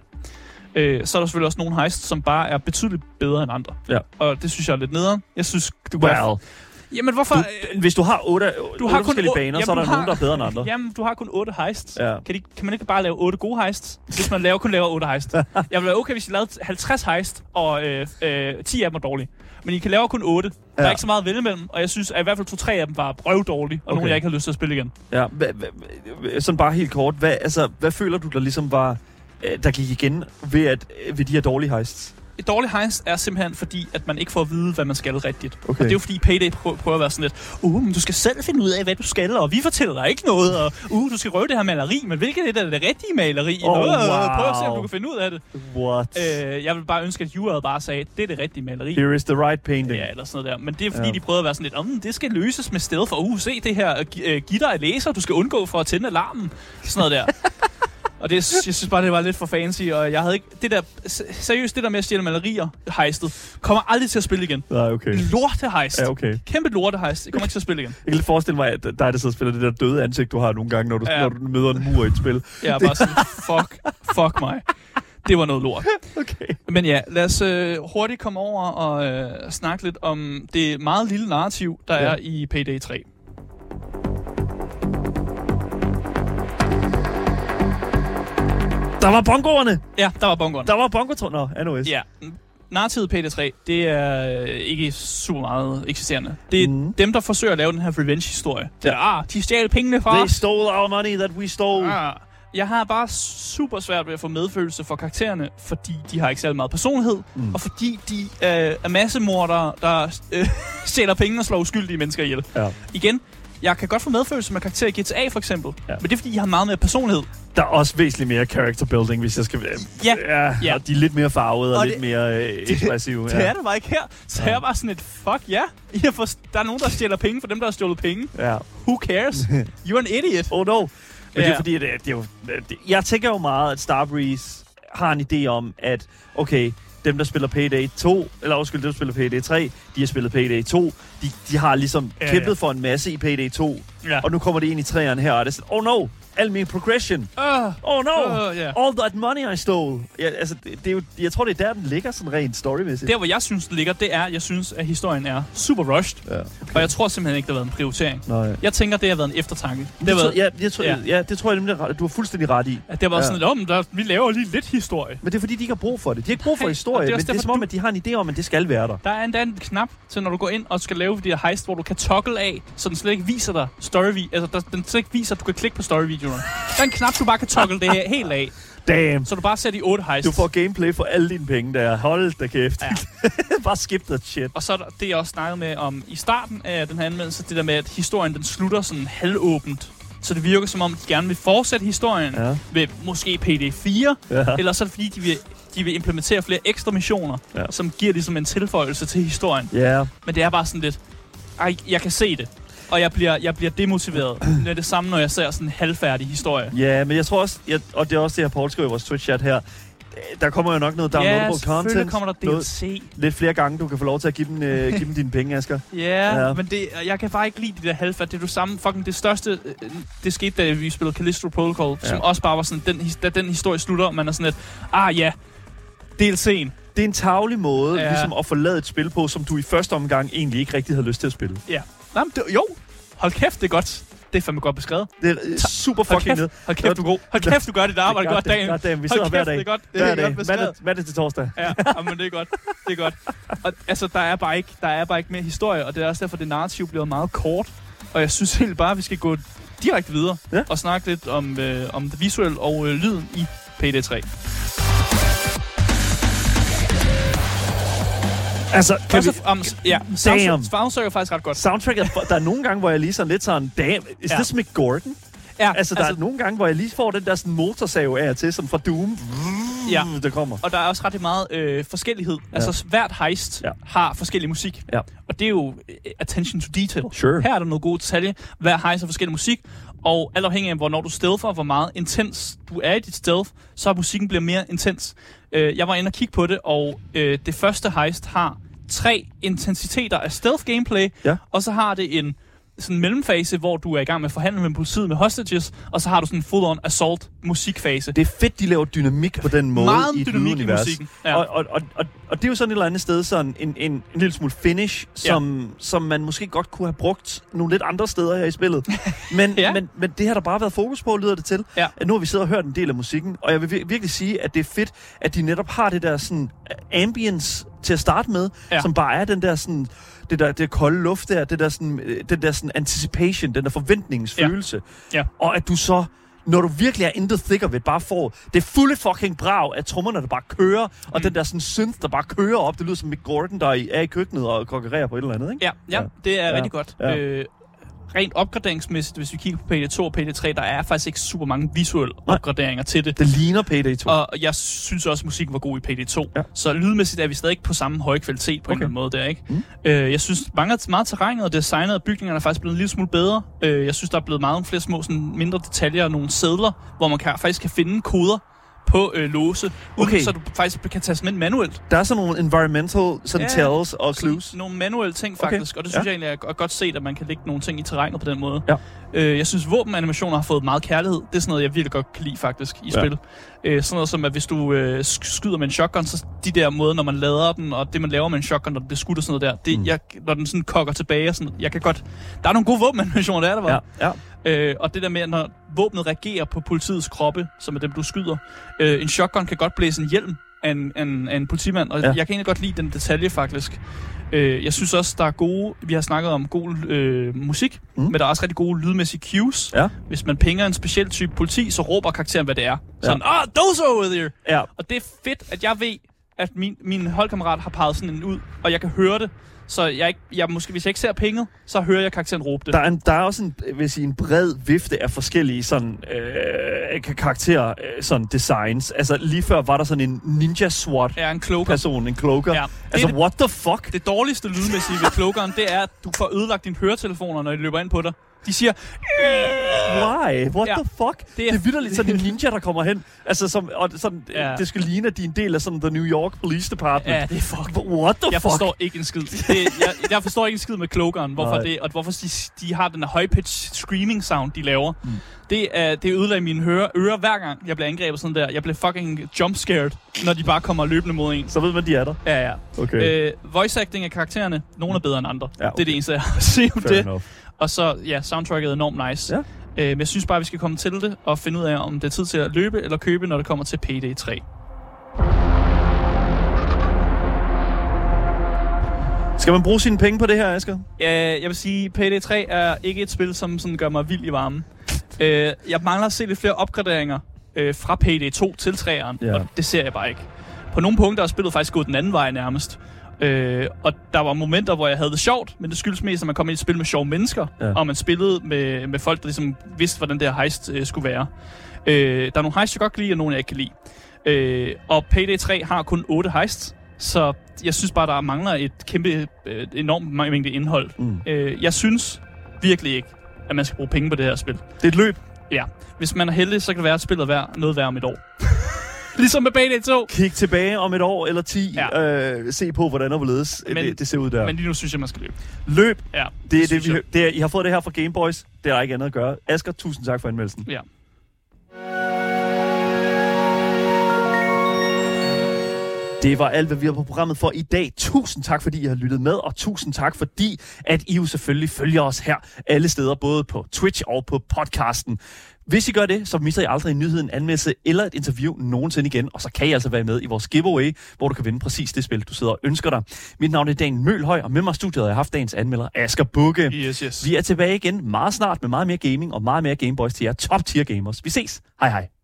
Øh, så er der selvfølgelig også nogle heist, som bare er betydeligt bedre end andre. Ja. Og det synes jeg er lidt nederen. Jeg synes, du well. bare... Jamen, hvorfor... Du, hvis du har otte, du otte har kun forskellige o- baner, jamen, så er der du nogen, har- der er bedre end andre. Jamen, du har kun otte heists. Ja. Kan, de, kan man ikke bare lave otte gode heists, hvis man laver, kun laver otte heists? Jeg vil være okay, hvis I lavede halvtreds heist, og øh, øh, ti af dem er dårlige. Men I kan lave kun otte. Der er Ja. ikke så meget at vælge imellem, og jeg synes, at i hvert fald to-tre af dem var røvdårlige, og okay. nogle, jeg ikke har lyst til at spille igen. Ja, hva, hva, hva, sådan bare helt kort. Hvad, altså, hvad føler du, der ligesom var, øh, der gik igen ved, at, ved de her dårlige heists? Et dårligt heist er simpelthen fordi, at man ikke får at vide, hvad man skal rigtigt. Okay. Og det er jo fordi Payday prøver, prøver at være sådan lidt, uh, men du skal selv finde ud af, hvad du skal, og vi fortæller dig ikke noget, og uh, du skal røve det her maleri, men hvilket er det, det rigtige maleri? Oh, uh, wow. Prøv at se, om du kan finde ud af det. What? Øh, jeg vil bare ønske, at Juret bare sagde, det er det rigtige maleri. Here is the right painting. Ja, eller sådan noget der. Men det er fordi, Ja. de prøvede at være sådan lidt, om det skal løses med stedet for, uh, se det her, uh, giv dig et laser, du skal undgå for at tænde alarmen. Sådan noget der. Og det, jeg synes bare, det var lidt for fancy, og jeg havde ikke... Det der, seriøst, det der med at stjæle malerier, heistet, kommer aldrig til at spille igen. Nej, okay. Lorte heist. Ja, okay. Kæmpe lorte heist. Det kommer ikke til at spille igen. Jeg kan lidt forestille mig, at dig, der sidder og spiller det der døde ansigt, du har nogle gange, når du, Ja. når du møder en mur i et spil. Jeg er bare sådan, fuck, fuck mig. Det var noget lort. Okay. Men ja, lad os øh, hurtigt komme over og øh, snakke lidt om det meget lille narrativ, der Ja. er i Payday tre. Der var bongoerne! Ja, der var bongoen. Der var bongo, Nå, anyways. Ja, narrativet Payday tre, det er øh, ikke super meget eksisterende. Det er Mhm. dem, der forsøger at lave den her revenge-historie. Det er, ah, de stjal pengene fra They os. stole our money that we stole. Ah. Jeg har bare super svært ved at få medfølelse for karaktererne, fordi de har ikke særlig meget personlighed, mm. og fordi de øh, er massemordere, der øh, stjæler penge og slår uskyldige mennesker ihjel. Ja. Igen, jeg kan godt få medfølelse med karakterer i G T A for eksempel, Ja. men det er fordi, de har meget mere personlighed. Der er også væsentligt mere character building, hvis jeg skal... Ja. ja, Ja. Og de er lidt mere farvede og, Og lidt det- mere øh, ekspressive. Det ja. er det bare ikke her. Så Ja. jeg er bare sådan et, fuck ja. I har fået, der er nogen, der stjæler penge for dem, der har stjålet penge. Ja. Who cares? You're an idiot. Oh no. Men ja. det Ja. er fordi, det, det er jo... Det, jeg tænker jo meget, at Starbreeze har en idé om, at okay, dem, der spiller Payday to, eller undskyld, dem, der spiller Payday tre, de har spillet Payday to. De, de har ligesom Ja, kæmpet ja. for en masse i Payday to. Ja. Og nu kommer det ind i træerne her, og det er sådan, oh no, al min progression. Uh, Oh no, Uh, yeah. all that money I stole. Ja, altså, det, det er jo, jeg tror, det er der, den ligger sådan rent storymæssigt. der, hvor jeg synes, det ligger, det er, jeg synes, at historien er super rushed. Ja, okay. Og jeg tror simpelthen ikke, det har været en prioritering. Nej. Jeg tænker, det har været en eftertanke. Det Det har tror, været, ja, jeg tror, ja. ja. ja, det tror jeg nemlig, du har fuldstændig ret i. at det har været Ja. sådan lidt, om, der, vi laver lige lidt historie. Men det er fordi, de ikke har brug for det. De har ikke brug for Nej, og historie, det er men også det er derfor, som om, du- at de har en idé om, at det skal være der. Der er endda en knap til, når du går ind og skal lave de her heist, hvor du kan toggle af, så den slet ikke viser dig story, altså der, den slet ikke viser, at du kan klikke på storyvideoerne. Der er en knap, du bare kan toggle det her helt af, Damn. så du bare ser de otte heists. Du får gameplay for alle dine penge der. Hold da kæft. Ja. Bare skip that shit. Og så er der, det, jeg også snakkede med om i starten af den her anmeldelse, det der med, at historien den slutter sådan halvåbent. Så det virker som om, de gerne vil fortsætte historien Ja. ved måske Payday fire, Ja. eller så er det fordi, de vil, de vil implementere flere ekstra missioner, Ja. som giver ligesom en tilføjelse til historien. Ja. Men det er bare sådan lidt, ej, jeg kan se det. Og jeg bliver, jeg bliver demotiveret. Det er det samme, når jeg ser sådan en halvfærdig historie. Ja, men jeg tror også, jeg, og det er også det her, Paul skriver i vores Twitch-chat her, der kommer jo nok noget downloadable Ja, selvfølgelig content. kommer der D L Noget, C. lidt flere gange, du kan få lov til at give dem, øh, give dem dine penge, Asger. Ja, Ja. men det, jeg kan bare ikke lide de der halvfærdige. Det er du samme fucking det største. øh, Det skete, da vi spillede Callisto Protocol, ja. som også bare var sådan, den, his- da den historie slutter, man er sådan lidt, ah ja, D L C'en. Det er en tarvelig måde Ja. ligesom at forlade et spil på, som du i første omgang egentlig ikke rigtig havde lyst til at spille. Ja. Nej, men det, jo, hold kæft, det er godt. Det er fandme godt beskrevet. Det er øh, super Hold fucking kæft, ned. hold kæft, du er god. Hold kæft, du gør dit arbejde godt, dagen. Goddamn, vi Hold sidder hver kæft, dag. det er godt. Det Hver er dag. godt beskrevet. Mandag, mandag til torsdag. Ja, men det er godt. Det er godt. Og, altså, der er, bare ikke, der er bare ikke mere historie, og det er også derfor, det narrativ bliver meget kort. Og jeg synes helt bare, at vi skal gå direkte videre Ja. og snakke lidt om, øh, om det visuelle og øh, lyden i Payday tre. Altså, kan Først vi, og fremmest, ja, Damn. soundtrack, soundtrack er faktisk ret godt. soundtracket, der er nogle gange, hvor jeg lige sådan lidt sådan, damn, is Ja. this Mick Gordon? Ja, Altså, der er nogle gange, hvor jeg lige får den der sådan motorsav af og til, som fra Doom, Ja. der kommer. Og der er også ret meget øh, forskellighed. Ja. Altså, hvert heist Ja. ja. har forskellig musik. Ja. Og det er jo øh, attention to detail. Sure. Her er der noget god detalje. Hver heist har forskellig musik. Og alt afhængig af, hvornår du stealther, hvor meget intens du er i dit stealth, så musikken bliver mere intens. Øh, jeg var inde og kigge på det, og øh, det første heist har tre intensiteter af stealth gameplay. Ja. Og så har det en sådan en mellemfase, hvor du er i gang med at forhandle med politiet med hostages, og så har du sådan en full-on assault musikfase. Det er fedt, de laver dynamik på den måde meget i et dynamik lydunivers. i musikken. Ja. Og, og, og, og, og det er jo sådan et eller andet sted sådan en, en, en lille smule finish, som, ja. som man måske godt kunne have brugt nogle lidt andre steder her i spillet. Men, ja. men, men det har der bare været fokus på, lyder det til. Ja. At nu har vi siddet og hørt en del af musikken, og jeg vil vir- virkelig sige, at det er fedt, at de netop har det der sådan ambience til at starte med, ja. som bare er den der sådan det der det kolde luft der, det der sådan den der sådan anticipation, den der forventningsfølelse. Ja. Ja. Og at du så når du virkelig er in the thick of it, bare får det fulde fucking brag af trommerne, der bare kører, og mm. den der sådan synth, der bare kører op. Det lyder som Mick Gordon, der er i køkkenet og konkurrerer på et eller andet, ikke? Ja, ja, ja. det er ja. rigtig godt. Ja. Øh, rent opgraderingsmæssigt, hvis vi kigger på P D to og P D tre, der er faktisk ikke super mange visuelle Nej. opgraderinger til det. Det ligner P D to. Og jeg synes også, at musikken var god i P D to. Ja. Så lydmæssigt er vi stadig ikke på samme høje kvalitet på okay. en eller anden måde der, ikke? Mm. Øh, jeg synes, mange, meget terrænet og designet af bygningerne er faktisk blevet en lille smule bedre. Øh, jeg synes, der er blevet meget flere små, sådan mindre detaljer og nogle sedler, hvor man kan, faktisk kan finde koder på øh, låse, uden okay. så du faktisk kan tage dem ind manuelt. Der er sådan nogle environmental sådan ja, tells og clues. Nogle manuelle ting faktisk, okay. og det synes ja. jeg egentlig er godt set, at man kan lægge nogle ting i terrænet på den måde. Ja. Øh, jeg synes, våbenanimationer har fået meget kærlighed. Det er sådan noget, jeg virkelig godt kan lide faktisk i ja. spil. Øh, sådan noget som, at hvis du øh, skyder med en shotgun, så de der måder, når man lader den, og det man laver med en shotgun, når det bliver skudt og sådan noget der, det, mm. jeg, når den sådan kokker tilbage, og sådan, jeg kan godt... Der er nogle gode våbenanimationer, der er der var. Ja. Ja. Øh, og det der med, når våbnet reagerer på politiets kroppe, som er dem, du skyder. Øh, en shotgun kan godt blæse en hjelm af en, en, af en politimand, og ja. jeg kan egentlig godt lide den detalje, faktisk. Øh, jeg synes også, der er gode... Vi har snakket om god øh, musik, mm. men der er også rigtig gode lydmæssige cues. Ja. Hvis man pinger en speciel type politi, så råber karakteren, hvad det er. Sådan, ah, oh, those over there! Ja. Og det er fedt, at jeg ved, at min, min holdkammerat har peget sådan en ud, og jeg kan høre det. Så jeg, ikke, jeg måske, hvis jeg ikke ser pinget, så hører jeg karakteren råbe det. Der er, en, der er også en, vil sige, en bred vifte af forskellige sådan, øh, karakterer, øh, sådan designs. Altså lige før var der sådan en ninja SWAT ja, en cloaker. person, en cloaker. Ja. Altså det, what the fuck? Det dårligste lydmæssige ved cloakeren, det er, at du får ødelagt dine høretelefoner, når de løber ind på dig. De siger... Why? What ja. the fuck? Det er, det er vitterligt sådan en ninja, der kommer hen. Altså, som, og sådan, ja. det skal ligne, at de er en del af sådan the New York Police Department. Ja, det er fuck. What the jeg fuck? Jeg forstår ikke en skid. Det, jeg, jeg forstår ikke en skid med cloakeren, hvorfor det, og hvorfor de, de har den high-pitch screaming sound, de laver. Mm. Det, er, det ødelagde mine hører, ører hver gang, jeg bliver angrebet sådan der. Jeg bliver fucking jump-scared, når de bare kommer løbende mod en. Så ved man, de er der? Ja, ja. Okay. Øh, voice acting af karaktererne, nogle er bedre end andre. Ja, okay. Det er det eneste, jeg har at sige om det. Enough. Og så, ja, soundtracket er enormt nice. Ja. Øh, men jeg synes bare, vi skal komme til det og finde ud af, om det er tid til at løbe eller købe, når det kommer til P D tre. Skal man bruge sine penge på det her, Asger? Ja, jeg vil sige, P D tre er ikke et spil, som sådan gør mig vild i varmen. øh, jeg mangler at se lidt flere opgraderinger øh, fra P D to til treeren, ja. Og det ser jeg bare ikke. På nogle punkter er spillet faktisk gået den anden vej nærmest. Øh, og der var momenter, hvor jeg havde det sjovt, men det skyldes mest, at man kom ind i et spil med sjove mennesker, ja. Og man spillede med, med folk, der ligesom vidste, hvordan det her heist øh, skulle være. Øh, der er nogle heists, jeg godt kan lide, og nogle, jeg ikke kan lide. Øh, og P D tre har kun otte heists, så jeg synes bare, der mangler et kæmpe, øh, enormt mængde indhold. Mm. Øh, jeg synes virkelig ikke, at man skal bruge penge på det her spil. Det er et løb. Ja. Hvis man er heldig, så kan det være, at spillet er noget værd om et år. Ligesom med P D to. Kig tilbage om et år eller ti. Ja. Øh, se på, hvordan og hvorledes det, det ser ud der. Men lige nu synes jeg, man skal løbe. Løb. Ja, det, det, det, vi, det er, I har fået det her fra Game Boys. Det er ikke andet at gøre. Asger, tusind tak for anmeldelsen. Ja. Det var alt, hvad vi har på programmet for i dag. Tusind tak, fordi I har lyttet med, og tusind tak, fordi at I jo selvfølgelig følger os her alle steder, både på Twitch og på podcasten. Hvis I gør det, så misser I aldrig en nyhed, en anmeldelse eller et interview nogensinde igen, og så kan I altså være med i vores giveaway, hvor du kan vinde præcis det spil, du sidder og ønsker dig. Mit navn er Dan Mølhøj, og med mig i studiet har jeg haft dagens anmelder, Asger Bugge. Yes, yes. Vi er tilbage igen meget snart med meget mere gaming og meget mere Gameboys til jer top tier gamers. Vi ses. Hej hej.